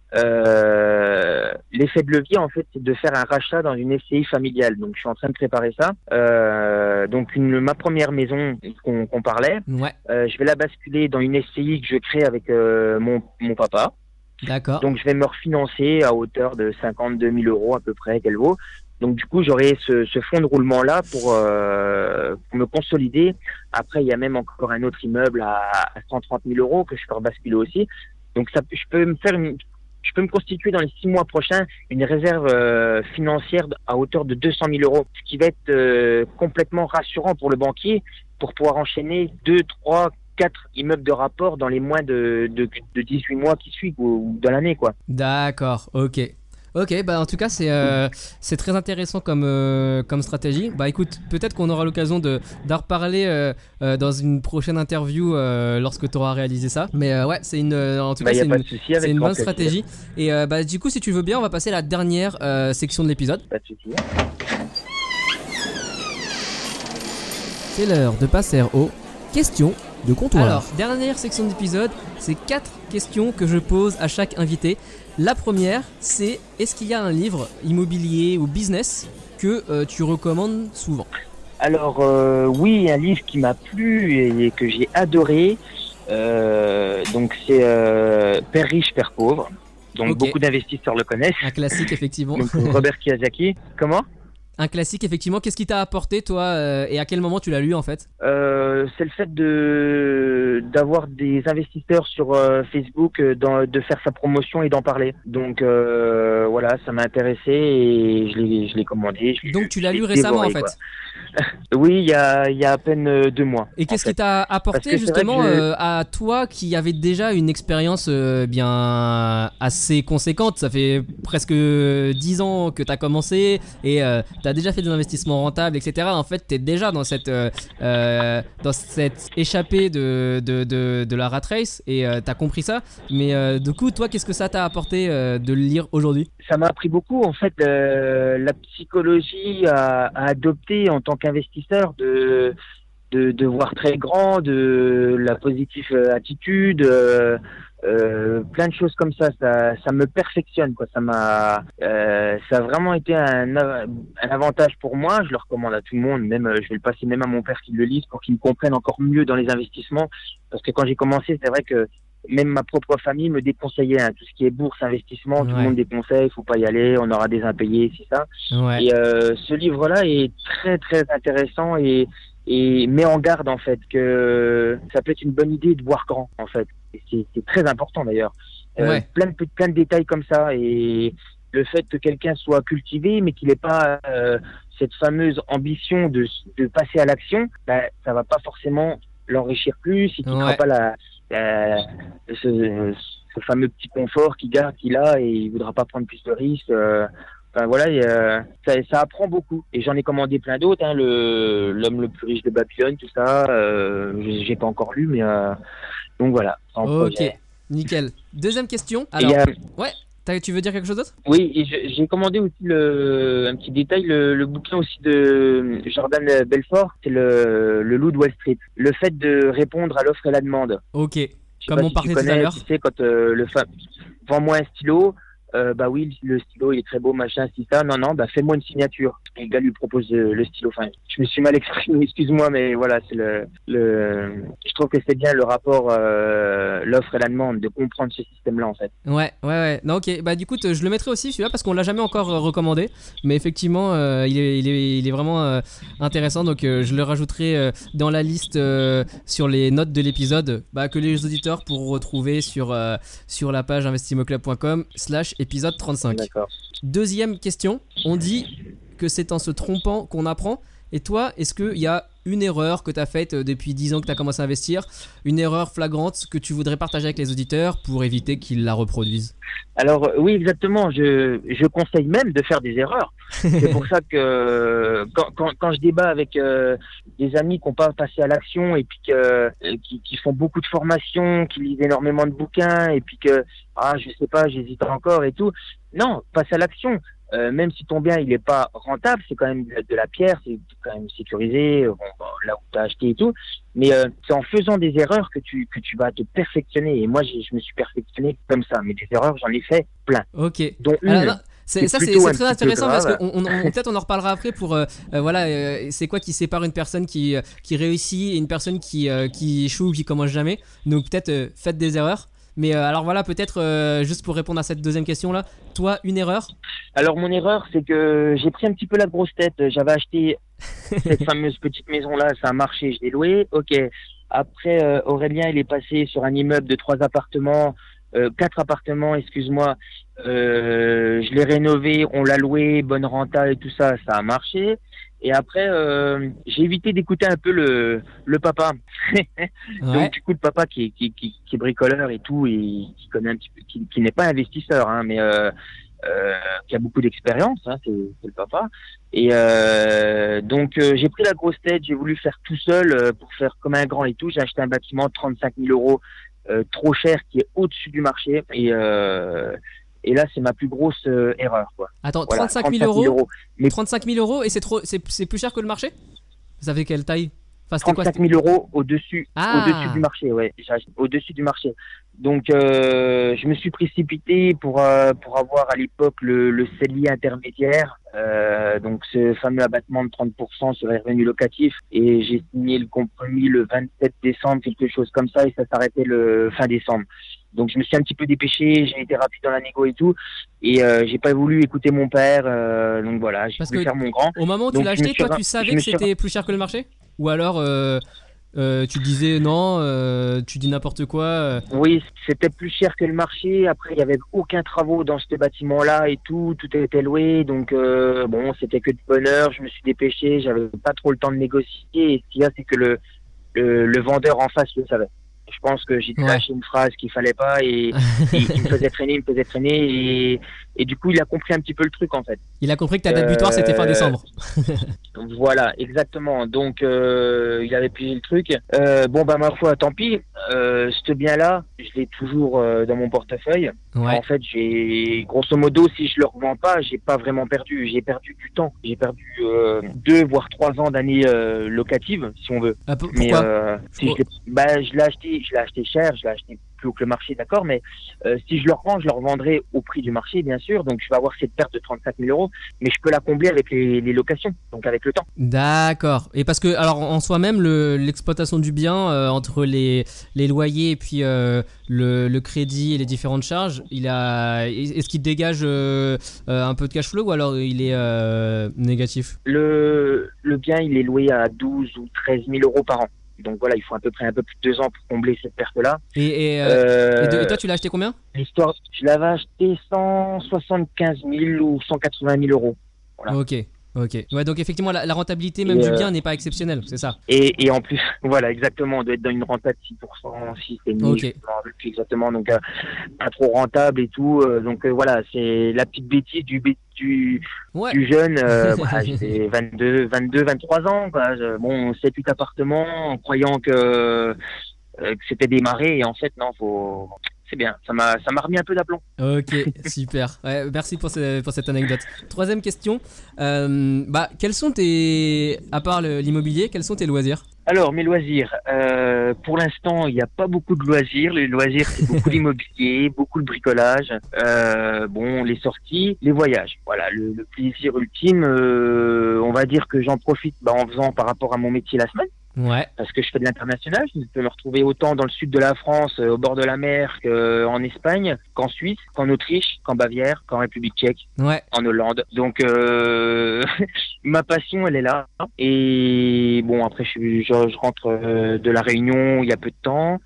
L'effet de levier, en fait, c'est de faire un rachat dans une SCI familiale. Donc, je suis en train de préparer ça. Donc, ma première maison qu'on parlait, je vais la basculer dans une SCI que je crée avec mon papa. D'accord. Donc, je vais me refinancer à hauteur de 52 000 euros à peu près qu'elle vaut. Donc, du coup, j'aurai ce fonds de roulement-là pour me consolider. Après, il y a même encore un autre immeuble à 130 000 euros que je peux rebasculer aussi. Donc, je peux me constituer dans les 6 mois prochains une réserve financière à hauteur de 200 000 euros, ce qui va être complètement rassurant pour le banquier pour pouvoir enchaîner 2, 3, 4 immeubles de rapport dans les moins de 18 mois qui suivent ou de l'année, quoi. D'accord, ok. Ok, bah en tout cas c'est très intéressant comme stratégie. Bah écoute, peut-être qu'on aura l'occasion d'en reparler dans une prochaine interview lorsque tu auras réalisé ça. Mais ouais, c'est une bonne stratégie. Et bah du coup, si tu veux bien, on va passer à la dernière section de l'épisode. Pas de souci. C'est l'heure de passer aux questions de comptoir. Alors, dernière section de l'épisode, c'est 4 questions que je pose à chaque invité. La première, c'est: est-ce qu'il y a un livre immobilier ou business que tu recommandes souvent? Alors oui, un livre qui m'a plu et que j'ai adoré. Donc c'est Père riche, Père pauvre. Donc beaucoup d'investisseurs le connaissent. Un classique, effectivement. Donc Robert Kiyosaki. Comment? Un classique, effectivement. Qu'est-ce qui t'a apporté, toi, et à quel moment tu l'as lu, en fait? C'est le fait d'avoir des investisseurs sur Facebook, de faire sa promotion et d'en parler. Donc voilà, ça m'a intéressé et je l'ai commandé. Donc tu l'as lu récemment, en fait? Oui, il y a à peine 2 mois. Et qu'est-ce qui t'a apporté justement à toi qui avait déjà une expérience bien assez conséquente? Ça fait presque 10 ans que t'as commencé et t'as déjà fait des investissements rentables, etc. En fait, t'es déjà dans cette échappée de la rat race et t'as compris ça. Mais du coup, toi, qu'est-ce que ça t'a apporté de le lire aujourd'hui? Ça m'a appris beaucoup, en fait, la psychologie à adopter en tant qu'investisseur, de voir très grand, de la positive attitude, plein de choses comme ça me perfectionne, quoi. Ça a vraiment été un avantage pour moi. Je le recommande à tout le monde, même je vais le passer même à mon père qui le lise pour qu'il me comprenne encore mieux dans les investissements, parce que quand j'ai commencé, c'est vrai que même ma propre famille me déconseillait, hein, tout ce qui est bourse, investissement, tout le monde déconseille, faut pas y aller, on aura des impayés, c'est ça. Ouais. Et ce livre-là est très très intéressant et met en garde en fait que ça peut être une bonne idée de voir grand en fait. Et c'est très important d'ailleurs. Plein de détails comme ça, et le fait que quelqu'un soit cultivé mais qu'il n'ait pas cette fameuse ambition de passer à l'action, ça va pas forcément l'enrichir plus, il quittera pas ce fameux petit confort qu'il a, et il voudra pas prendre plus de risques. Enfin voilà, ça apprend beaucoup, et j'en ai commandé plein d'autres, hein, l'homme le plus riche de Babylone, tout ça, j'ai pas encore lu, mais donc voilà. Ok, nickel. Deuxième question. Alors, tu veux dire quelque chose d'autre? Oui, et j'ai commandé aussi un petit détail, le bouquin aussi de Jordan Belfort, c'est le loup de Wall Street. Le fait de répondre à l'offre et la demande. Ok, comme on parlait tout à l'heure. Tu sais, quand vends-moi un stylo, oui, le stylo il est très beau, machin, si ça, non, fais-moi une signature. Et le gars lui propose le stylo. Enfin, je me suis mal exprimé, excuse-moi, mais voilà, c'est je trouve que c'est bien le rapport l'offre et la demande, de comprendre ce système-là en fait. Ouais. Non, ok. Du coup, je le mettrai aussi celui-là parce qu'on l'a jamais encore recommandé, mais effectivement, il est vraiment intéressant. Donc, je le rajouterai dans la liste sur les notes de l'épisode, que les auditeurs pourront retrouver sur la page investimoclub.com/épisode 35. D'accord. Deuxième question. On dit que c'est en se trompant qu'on apprend. Et toi, est-ce qu'il y a une erreur que tu as faite depuis 10 ans que tu as commencé à investir, une erreur flagrante que tu voudrais partager avec les auditeurs pour éviter qu'ils la reproduisent? Alors oui, exactement, je conseille même de faire des erreurs. C'est pour ça que quand je débat avec des amis qui n'ont pas passé à l'action, et puis qui font beaucoup de formations, qui lisent énormément de bouquins, et puis que je sais pas, j'hésite encore et tout. Non, passe à l'action. Même si ton bien il est pas rentable, c'est quand même de la pierre, c'est quand même sécurisé, là où tu as acheté et tout, mais c'est en faisant des erreurs que tu vas te perfectionner, et moi je me suis perfectionné comme ça, mais des erreurs j'en ai fait plein. Ok. Dont une. C'est très intéressant parce qu'on peut-être on en reparlera après pour c'est quoi qui sépare une personne qui réussit et une personne qui échoue ou qui commence jamais. Donc peut-être faites des erreurs. Mais alors voilà, peut-être juste pour répondre à cette deuxième question là, toi, une erreur? Alors mon erreur, c'est que j'ai pris un petit peu la grosse tête. J'avais acheté cette fameuse petite maison là, ça a marché, je l'ai louée. Ok. Après Aurélien, il est passé sur un immeuble de 4 appartements, excuse-moi. Je l'ai rénové, on l'a loué, bonne renta et tout ça, ça a marché. Et après, j'ai évité d'écouter un peu le papa. Donc du coup, le papa qui est bricoleur et tout, et qui connaît un petit peu, qui n'est pas investisseur, hein, mais qui a beaucoup d'expérience, hein, c'est le papa. Et donc j'ai pris la grosse tête, j'ai voulu faire tout seul pour faire comme un grand et tout. J'ai acheté un bâtiment de 35 000 euros, trop cher, qui est au-dessus du marché. Et là, c'est ma plus grosse erreur, quoi. Attends, voilà, 35 000 euros. Mais 35 000 euros, et c'est plus cher que le marché? Vous avez quelle taille? Enfin, 35 000 euros au-dessus du marché, ouais. Au-dessus du marché. Donc, je me suis précipité pour avoir à l'époque le CELI intermédiaire, donc ce fameux abattement de 30% sur les revenus locatifs. Et j'ai signé le compromis le 27 décembre, quelque chose comme ça, et ça s'arrêtait le fin décembre. Donc, je me suis un petit peu dépêché, j'ai été rapide dans la négo et tout, et j'ai pas voulu écouter mon père, donc voilà, j'ai voulu faire mon grand. Au moment où tu l'as acheté, toi, tu savais que c'était plus cher que le marché? Ou alors tu disais non, tu dis n'importe quoi Oui, c'était plus cher que le marché. Après, il y avait aucun travaux dans ce bâtiment-là et tout était loué. Donc bon, c'était que de bonheur. Je me suis dépêché, j'avais pas trop le temps de négocier. Et ce qu'il y a, c'est que le vendeur en face le savait. Je pense que j'ai lâché une phrase qu'il fallait pas, et il me faisait traîner, et du coup il a compris un petit peu le truc en fait. Il a compris que ta date butoir c'était fin décembre. Voilà, exactement. Donc il avait pigé le truc. Ma foi, tant pis. Ce bien-là, je l'ai toujours dans mon portefeuille. En fait, j'ai grosso modo, si je le revends pas, j'ai pas vraiment perdu. J'ai perdu du temps. J'ai perdu 2 voire 3 ans d'années locatives, si on veut. Pourquoi? Je l'ai acheté cher. Je l'ai acheté plus haut que le marché, d'accord, mais si je le revends, je le revendrai au prix du marché, bien sûr, donc je vais avoir cette perte de 35 000 euros, mais je peux la combler avec les locations, donc avec le temps. D'accord. Et parce que, alors en soi-même, l'exploitation du bien, entre les loyers et puis le crédit et les différentes charges, est-ce qu'il dégage un peu de cash flow ou alors il est négatif? Le bien, il est loué à 12 ou 13 000 euros par an. Donc voilà, il faut à peu près un peu plus de 2 ans pour combler cette perte-là. Et toi, tu l'as acheté combien? L'histoire, je l'avais acheté 175 000 ou 180 000 euros. Voilà. Ok. Ouais, donc effectivement, la rentabilité même du bien n'est pas exceptionnelle, c'est ça? Et en plus, voilà, exactement, on doit être dans une renta de 6%, 6,5%, Ok. je ne me rappelle plus exactement, donc pas trop rentable et tout. Donc voilà, c'est la petite bêtise du jeune. Voilà, j'étais 23 ans, quoi. 7-8 appartements, en croyant que c'était démarré, et en fait, non, c'est bien, ça m'a remis un peu d'aplomb. Ok, super. Ouais, merci pour cette anecdote. Troisième question. Quels sont à part l'immobilier, quels sont tes loisirs? Alors, mes loisirs. Pour l'instant, il n'y a pas beaucoup de loisirs. Les loisirs, c'est beaucoup l'immobilier, beaucoup le bricolage, les sorties, les voyages. Voilà, le plaisir ultime, on va dire que j'en profite en faisant par rapport à mon métier la semaine. Ouais. Parce que je fais de l'international, je peux me retrouver autant dans le sud de la France, au bord de la mer, qu'en Espagne, qu'en Suisse, qu'en Autriche, qu'en Bavière, qu'en République tchèque, ouais, en Hollande. Donc ma passion, elle est là. Et bon, après je rentre de la Réunion il y a peu de temps.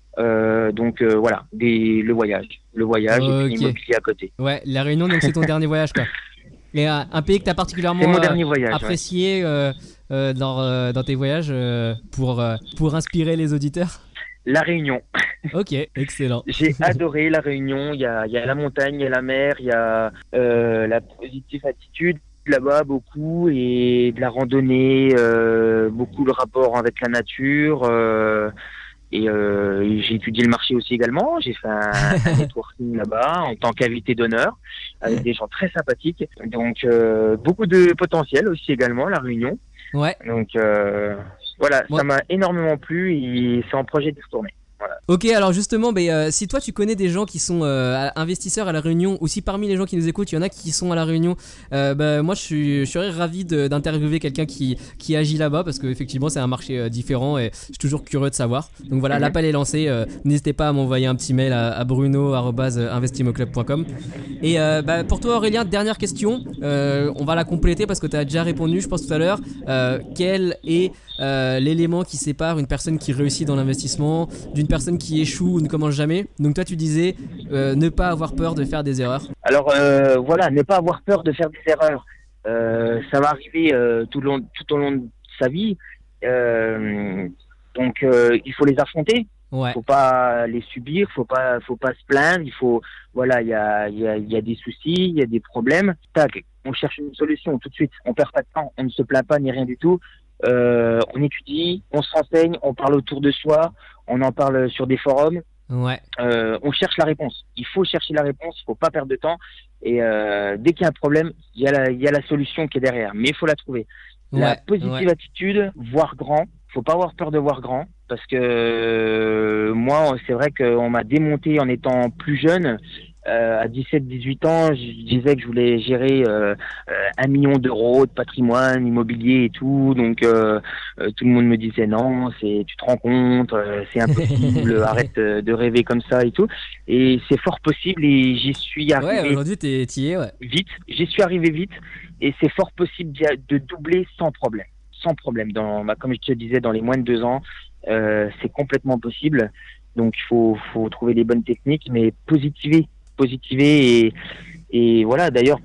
Voilà, le voyage et puis l'immobilier à côté. Ouais, la Réunion, donc c'est ton dernier voyage, quoi. Et un pays que tu as particulièrement apprécié dans tes voyages pour inspirer les auditeurs? La Réunion. Ok, excellent. J'ai adoré la Réunion. Il y a la montagne, il y a la mer, il y a la positive attitude là-bas, beaucoup, et de la randonnée, beaucoup le rapport avec la nature. Et j'ai étudié le marché aussi également. J'ai fait un networking là-bas en tant qu'invité d'honneur avec des gens très sympathiques. Donc beaucoup de potentiel aussi également, la Réunion. Ouais. Donc voilà, ça m'a énormément plu et c'est en projet de retourner. Voilà. Ok, alors justement, si toi tu connais des gens qui sont investisseurs à la Réunion, ou si parmi les gens qui nous écoutent, il y en a qui sont à la Réunion, moi je serais ravi d'interviewer quelqu'un qui agit là-bas, parce qu'effectivement c'est un marché différent et je suis toujours curieux de savoir. Donc voilà, l'appel est lancé, n'hésitez pas à m'envoyer un petit mail à bruno@investimoclub.com. Et pour toi Aurélien, dernière question, on va la compléter parce que tu as déjà répondu je pense tout à l'heure. Quel est l'élément qui sépare une personne qui réussit dans l'investissement d'une personne qui échoue ou ne commence jamais? Donc toi tu disais ne pas avoir peur de faire des erreurs. Alors voilà, ne pas avoir peur de faire des erreurs. Ça va arriver tout au long de sa vie. Donc il faut les affronter. Ouais. Faut pas les subir, faut pas se plaindre. Il y a des soucis, il y a des problèmes. Tac, on cherche une solution tout de suite. On perd pas de temps, on ne se plaint pas ni rien du tout. On étudie, on se renseigne, on parle autour de soi, on en parle sur des forums. Ouais. On cherche la réponse. Il faut chercher la réponse, il faut pas perdre de temps. Et dès qu'il y a un problème, il y a la solution qui est derrière, mais il faut la trouver. La positive attitude, voir grand. Faut pas avoir peur de voir grand, parce que moi, c'est vrai qu'on m'a démonté en étant plus jeune. À 17-18 ans, je disais que je voulais gérer 1 million d'euros de patrimoine immobilier et tout. Donc tout le monde me disait non, tu te rends compte, c'est impossible, arrête de rêver comme ça et tout. Et c'est fort possible et j'y suis arrivé. Ouais, aujourd'hui t'y es, ouais. Vite, j'y suis arrivé vite et c'est fort possible de doubler sans problème. Sans problème. Comme je te disais, dans les moins de 2 ans, c'est complètement possible. Donc il faut trouver les bonnes techniques, mais positiver et voilà. D'ailleurs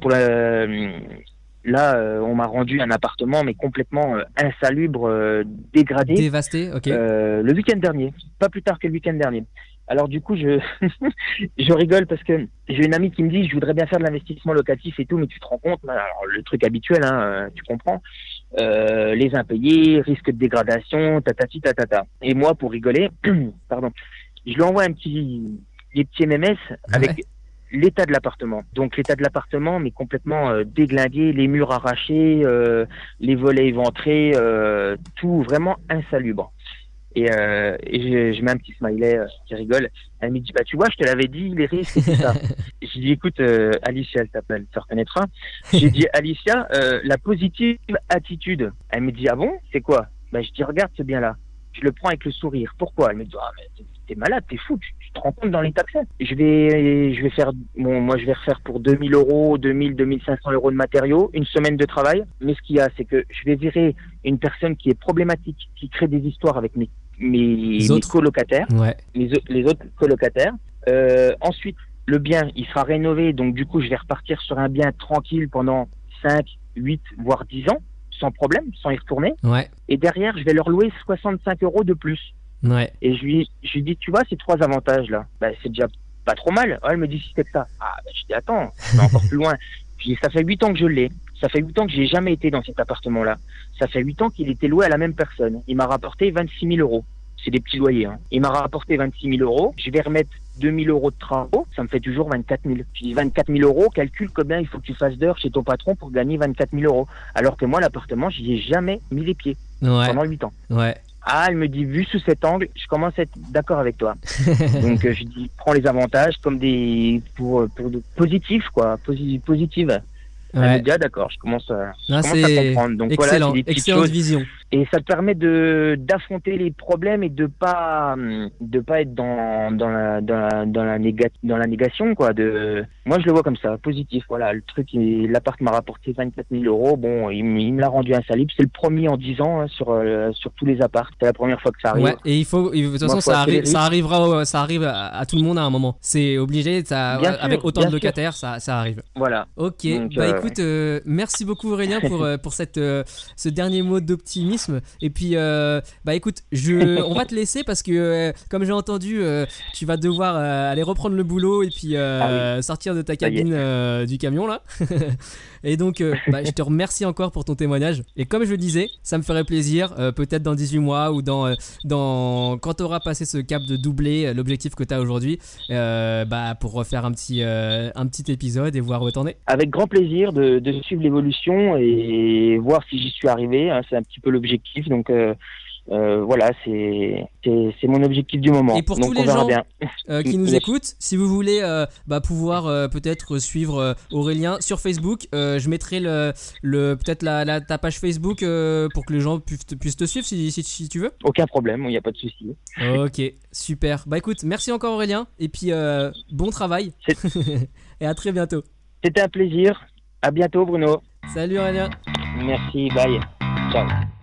on m'a rendu un appartement mais complètement insalubre, dégradé, dévasté. Ok. Le week-end dernier, pas plus tard que le week-end dernier. Alors du coup je rigole parce que j'ai une amie qui me dit je voudrais bien faire de l'investissement locatif et tout, mais tu te rends compte, alors le truc habituel, tu comprends, les impayés, risque de dégradation, tatati tatata. Et moi pour rigoler, pardon, je lui envoie des petits MMS avec l'état de l'appartement. Donc l'état de l'appartement, mais complètement déglingué, les murs arrachés, les volets éventrés, tout vraiment insalubre. Et je mets un petit smiley qui rigole. Elle me dit, bah tu vois, je te l'avais dit, les risques et tout ça. J'ai dit, écoute, Alicia, elle t'appelle, tu reconnaîtras. J'ai dit, Alicia, la positive attitude. Elle me dit, ah bon, c'est quoi? Bah je dis, regarde ce bien-là. Je le prends avec le sourire. Pourquoi? Elle me dit, ah mais t'es malade, t'es fou, tu te rends compte dans l'état que c'est. Je vais faire, moi je vais refaire pour 2000 euros, 2500 euros de matériaux, une semaine de travail. Mais ce qu'il y a, c'est que je vais virer une personne qui est problématique, qui crée des histoires avec mes colocataires, les autres colocataires. Ensuite, le bien, il sera rénové, donc du coup, je vais repartir sur un bien tranquille pendant 5, 8, voire 10 ans, sans problème, sans y retourner. Ouais. Et derrière, je vais leur louer 65 euros de plus. Ouais. Et je lui dis, tu vois, ces 3 avantages-là, bah, c'est déjà pas trop mal. Elle me dit, si c'est que ça. Ah, bah, je dis, attends, c'est encore plus loin. Je dis, ça fait 8 ans que je l'ai. Ça fait 8 ans que j'ai jamais été dans cet appartement-là. Ça fait 8 ans qu'il était loué à la même personne. Il m'a rapporté 26 000 euros. C'est des petits loyers, hein. Il m'a rapporté 26 000 euros. Je vais remettre 2 000 euros de travaux. Ça me fait toujours 24 000. Je dis 24 000 euros, calcule combien il faut que tu fasses d'heures chez ton patron pour gagner 24 000 euros. Alors que moi, l'appartement, j'y ai jamais mis les pieds. Pendant 8 ans. Ouais. Ah, elle me dit, vu sous cet angle, je commence à être d'accord avec toi. Donc, je dis, prends les avantages comme pour positifs, quoi. Positives. Elle me dit, ah, d'accord, je commence à comprendre. Donc, excellent, voilà, c'est des petites excellente choses. vision. Et ça te permet d'affronter les problèmes et de pas être dans la négation, quoi. Moi, je le vois comme ça, positif. Voilà, le truc, l'appart m'a rapporté 24 000 euros. Bon, il me l'a rendu insalubre. C'est le premier en 10 ans, hein, sur tous les apparts. C'est la première fois que ça arrive. Ouais, et de toute façon, ça arrive à tout le monde à un moment. C'est obligé, avec autant de locataires, ça arrive. Voilà. Ok, donc, écoute, merci beaucoup Aurélien pour ce dernier mot d'optimisme. Et puis, écoute, on va te laisser parce que, comme j'ai entendu, tu vas devoir aller reprendre le boulot et puis sortir de ta cabine du camion là. Et donc, je te remercie encore pour ton témoignage. Et comme je le disais, ça me ferait plaisir, peut-être dans 18 mois ou quand tu auras passé ce cap de doubler l'objectif que tu as aujourd'hui, pour refaire un petit épisode et voir où t'en es. Avec grand plaisir de suivre l'évolution et voir si j'y suis arrivé, hein, c'est un petit peu l'objectif. Donc voilà, c'est mon objectif du moment. Et pour donc, tous les gens qui nous écoutent, si vous voulez pouvoir peut-être suivre Aurélien sur Facebook, je mettrai peut-être ta page Facebook pour que les gens puissent te suivre si tu veux. Aucun problème, il n'y a pas de souci. Ok, super. Écoute, merci encore Aurélien et puis bon travail et à très bientôt. C'était un plaisir. À bientôt Bruno. Salut Aurélien. Merci, bye. Ciao.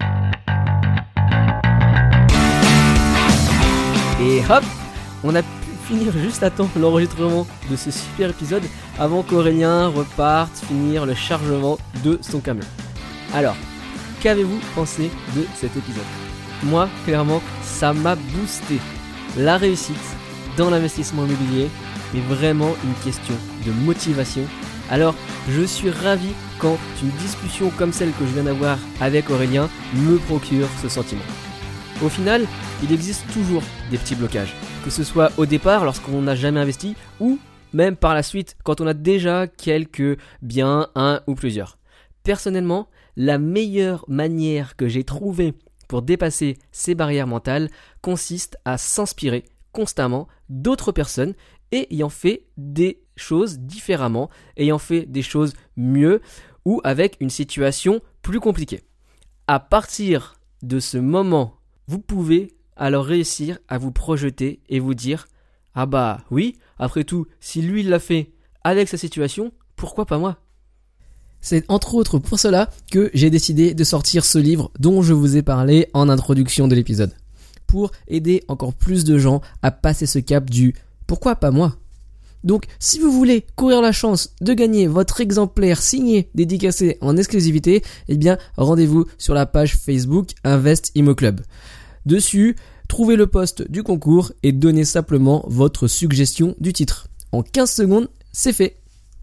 Et hop, on a pu finir juste à temps l'enregistrement de ce super épisode avant qu'Aurélien reparte finir le chargement de son camion. Alors, qu'avez-vous pensé de cet épisode ? Moi, clairement, ça m'a boosté. La réussite dans l'investissement immobilier est vraiment une question de motivation. Alors, je suis ravi quand une discussion comme celle que je viens d'avoir avec Aurélien me procure ce sentiment. Au final, il existe toujours des petits blocages, que ce soit au départ lorsqu'on n'a jamais investi ou même par la suite quand on a déjà quelques biens, un ou plusieurs. Personnellement, la meilleure manière que j'ai trouvée pour dépasser ces barrières mentales consiste à s'inspirer constamment d'autres personnes ayant fait des choses différemment, ayant fait des choses mieux ou avec une situation plus compliquée. À partir de ce moment, vous pouvez alors réussir à vous projeter et vous dire « Ah bah oui, après tout, si lui il l'a fait avec sa situation, pourquoi pas moi ?» C'est entre autres pour cela que j'ai décidé de sortir ce livre dont je vous ai parlé en introduction de l'épisode. Pour aider encore plus de gens à passer ce cap du « Pourquoi pas moi ?» Donc, si vous voulez courir la chance de gagner votre exemplaire signé, dédicacé en exclusivité, eh bien, rendez-vous sur la page Facebook Invest Immo Club. Dessus, trouvez le post du concours et donnez simplement votre suggestion du titre. En 15 secondes, c'est fait.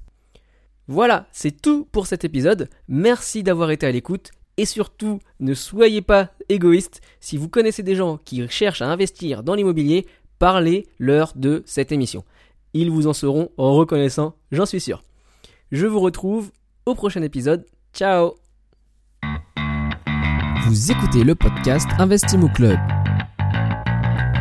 Voilà, c'est tout pour cet épisode. Merci d'avoir été à l'écoute. Et surtout, ne soyez pas égoïste. Si vous connaissez des gens qui cherchent à investir dans l'immobilier, parlez-leur de cette émission. Ils vous en seront reconnaissants, j'en suis sûr. Je vous retrouve au prochain épisode. Ciao. Vous écoutez le podcast Invest Immo Club.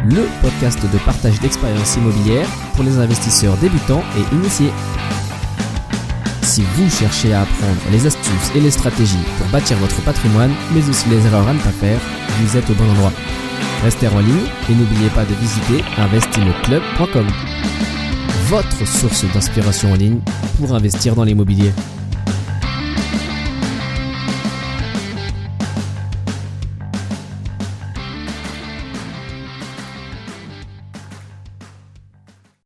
le podcast de partage d'expériences immobilières pour les investisseurs débutants et initiés. Si vous cherchez à apprendre les astuces et les stratégies pour bâtir votre patrimoine, mais aussi les erreurs à ne pas faire, vous êtes au bon endroit. Restez en ligne et n'oubliez pas de visiter investimoclub.com, votre source d'inspiration en ligne pour investir dans l'immobilier.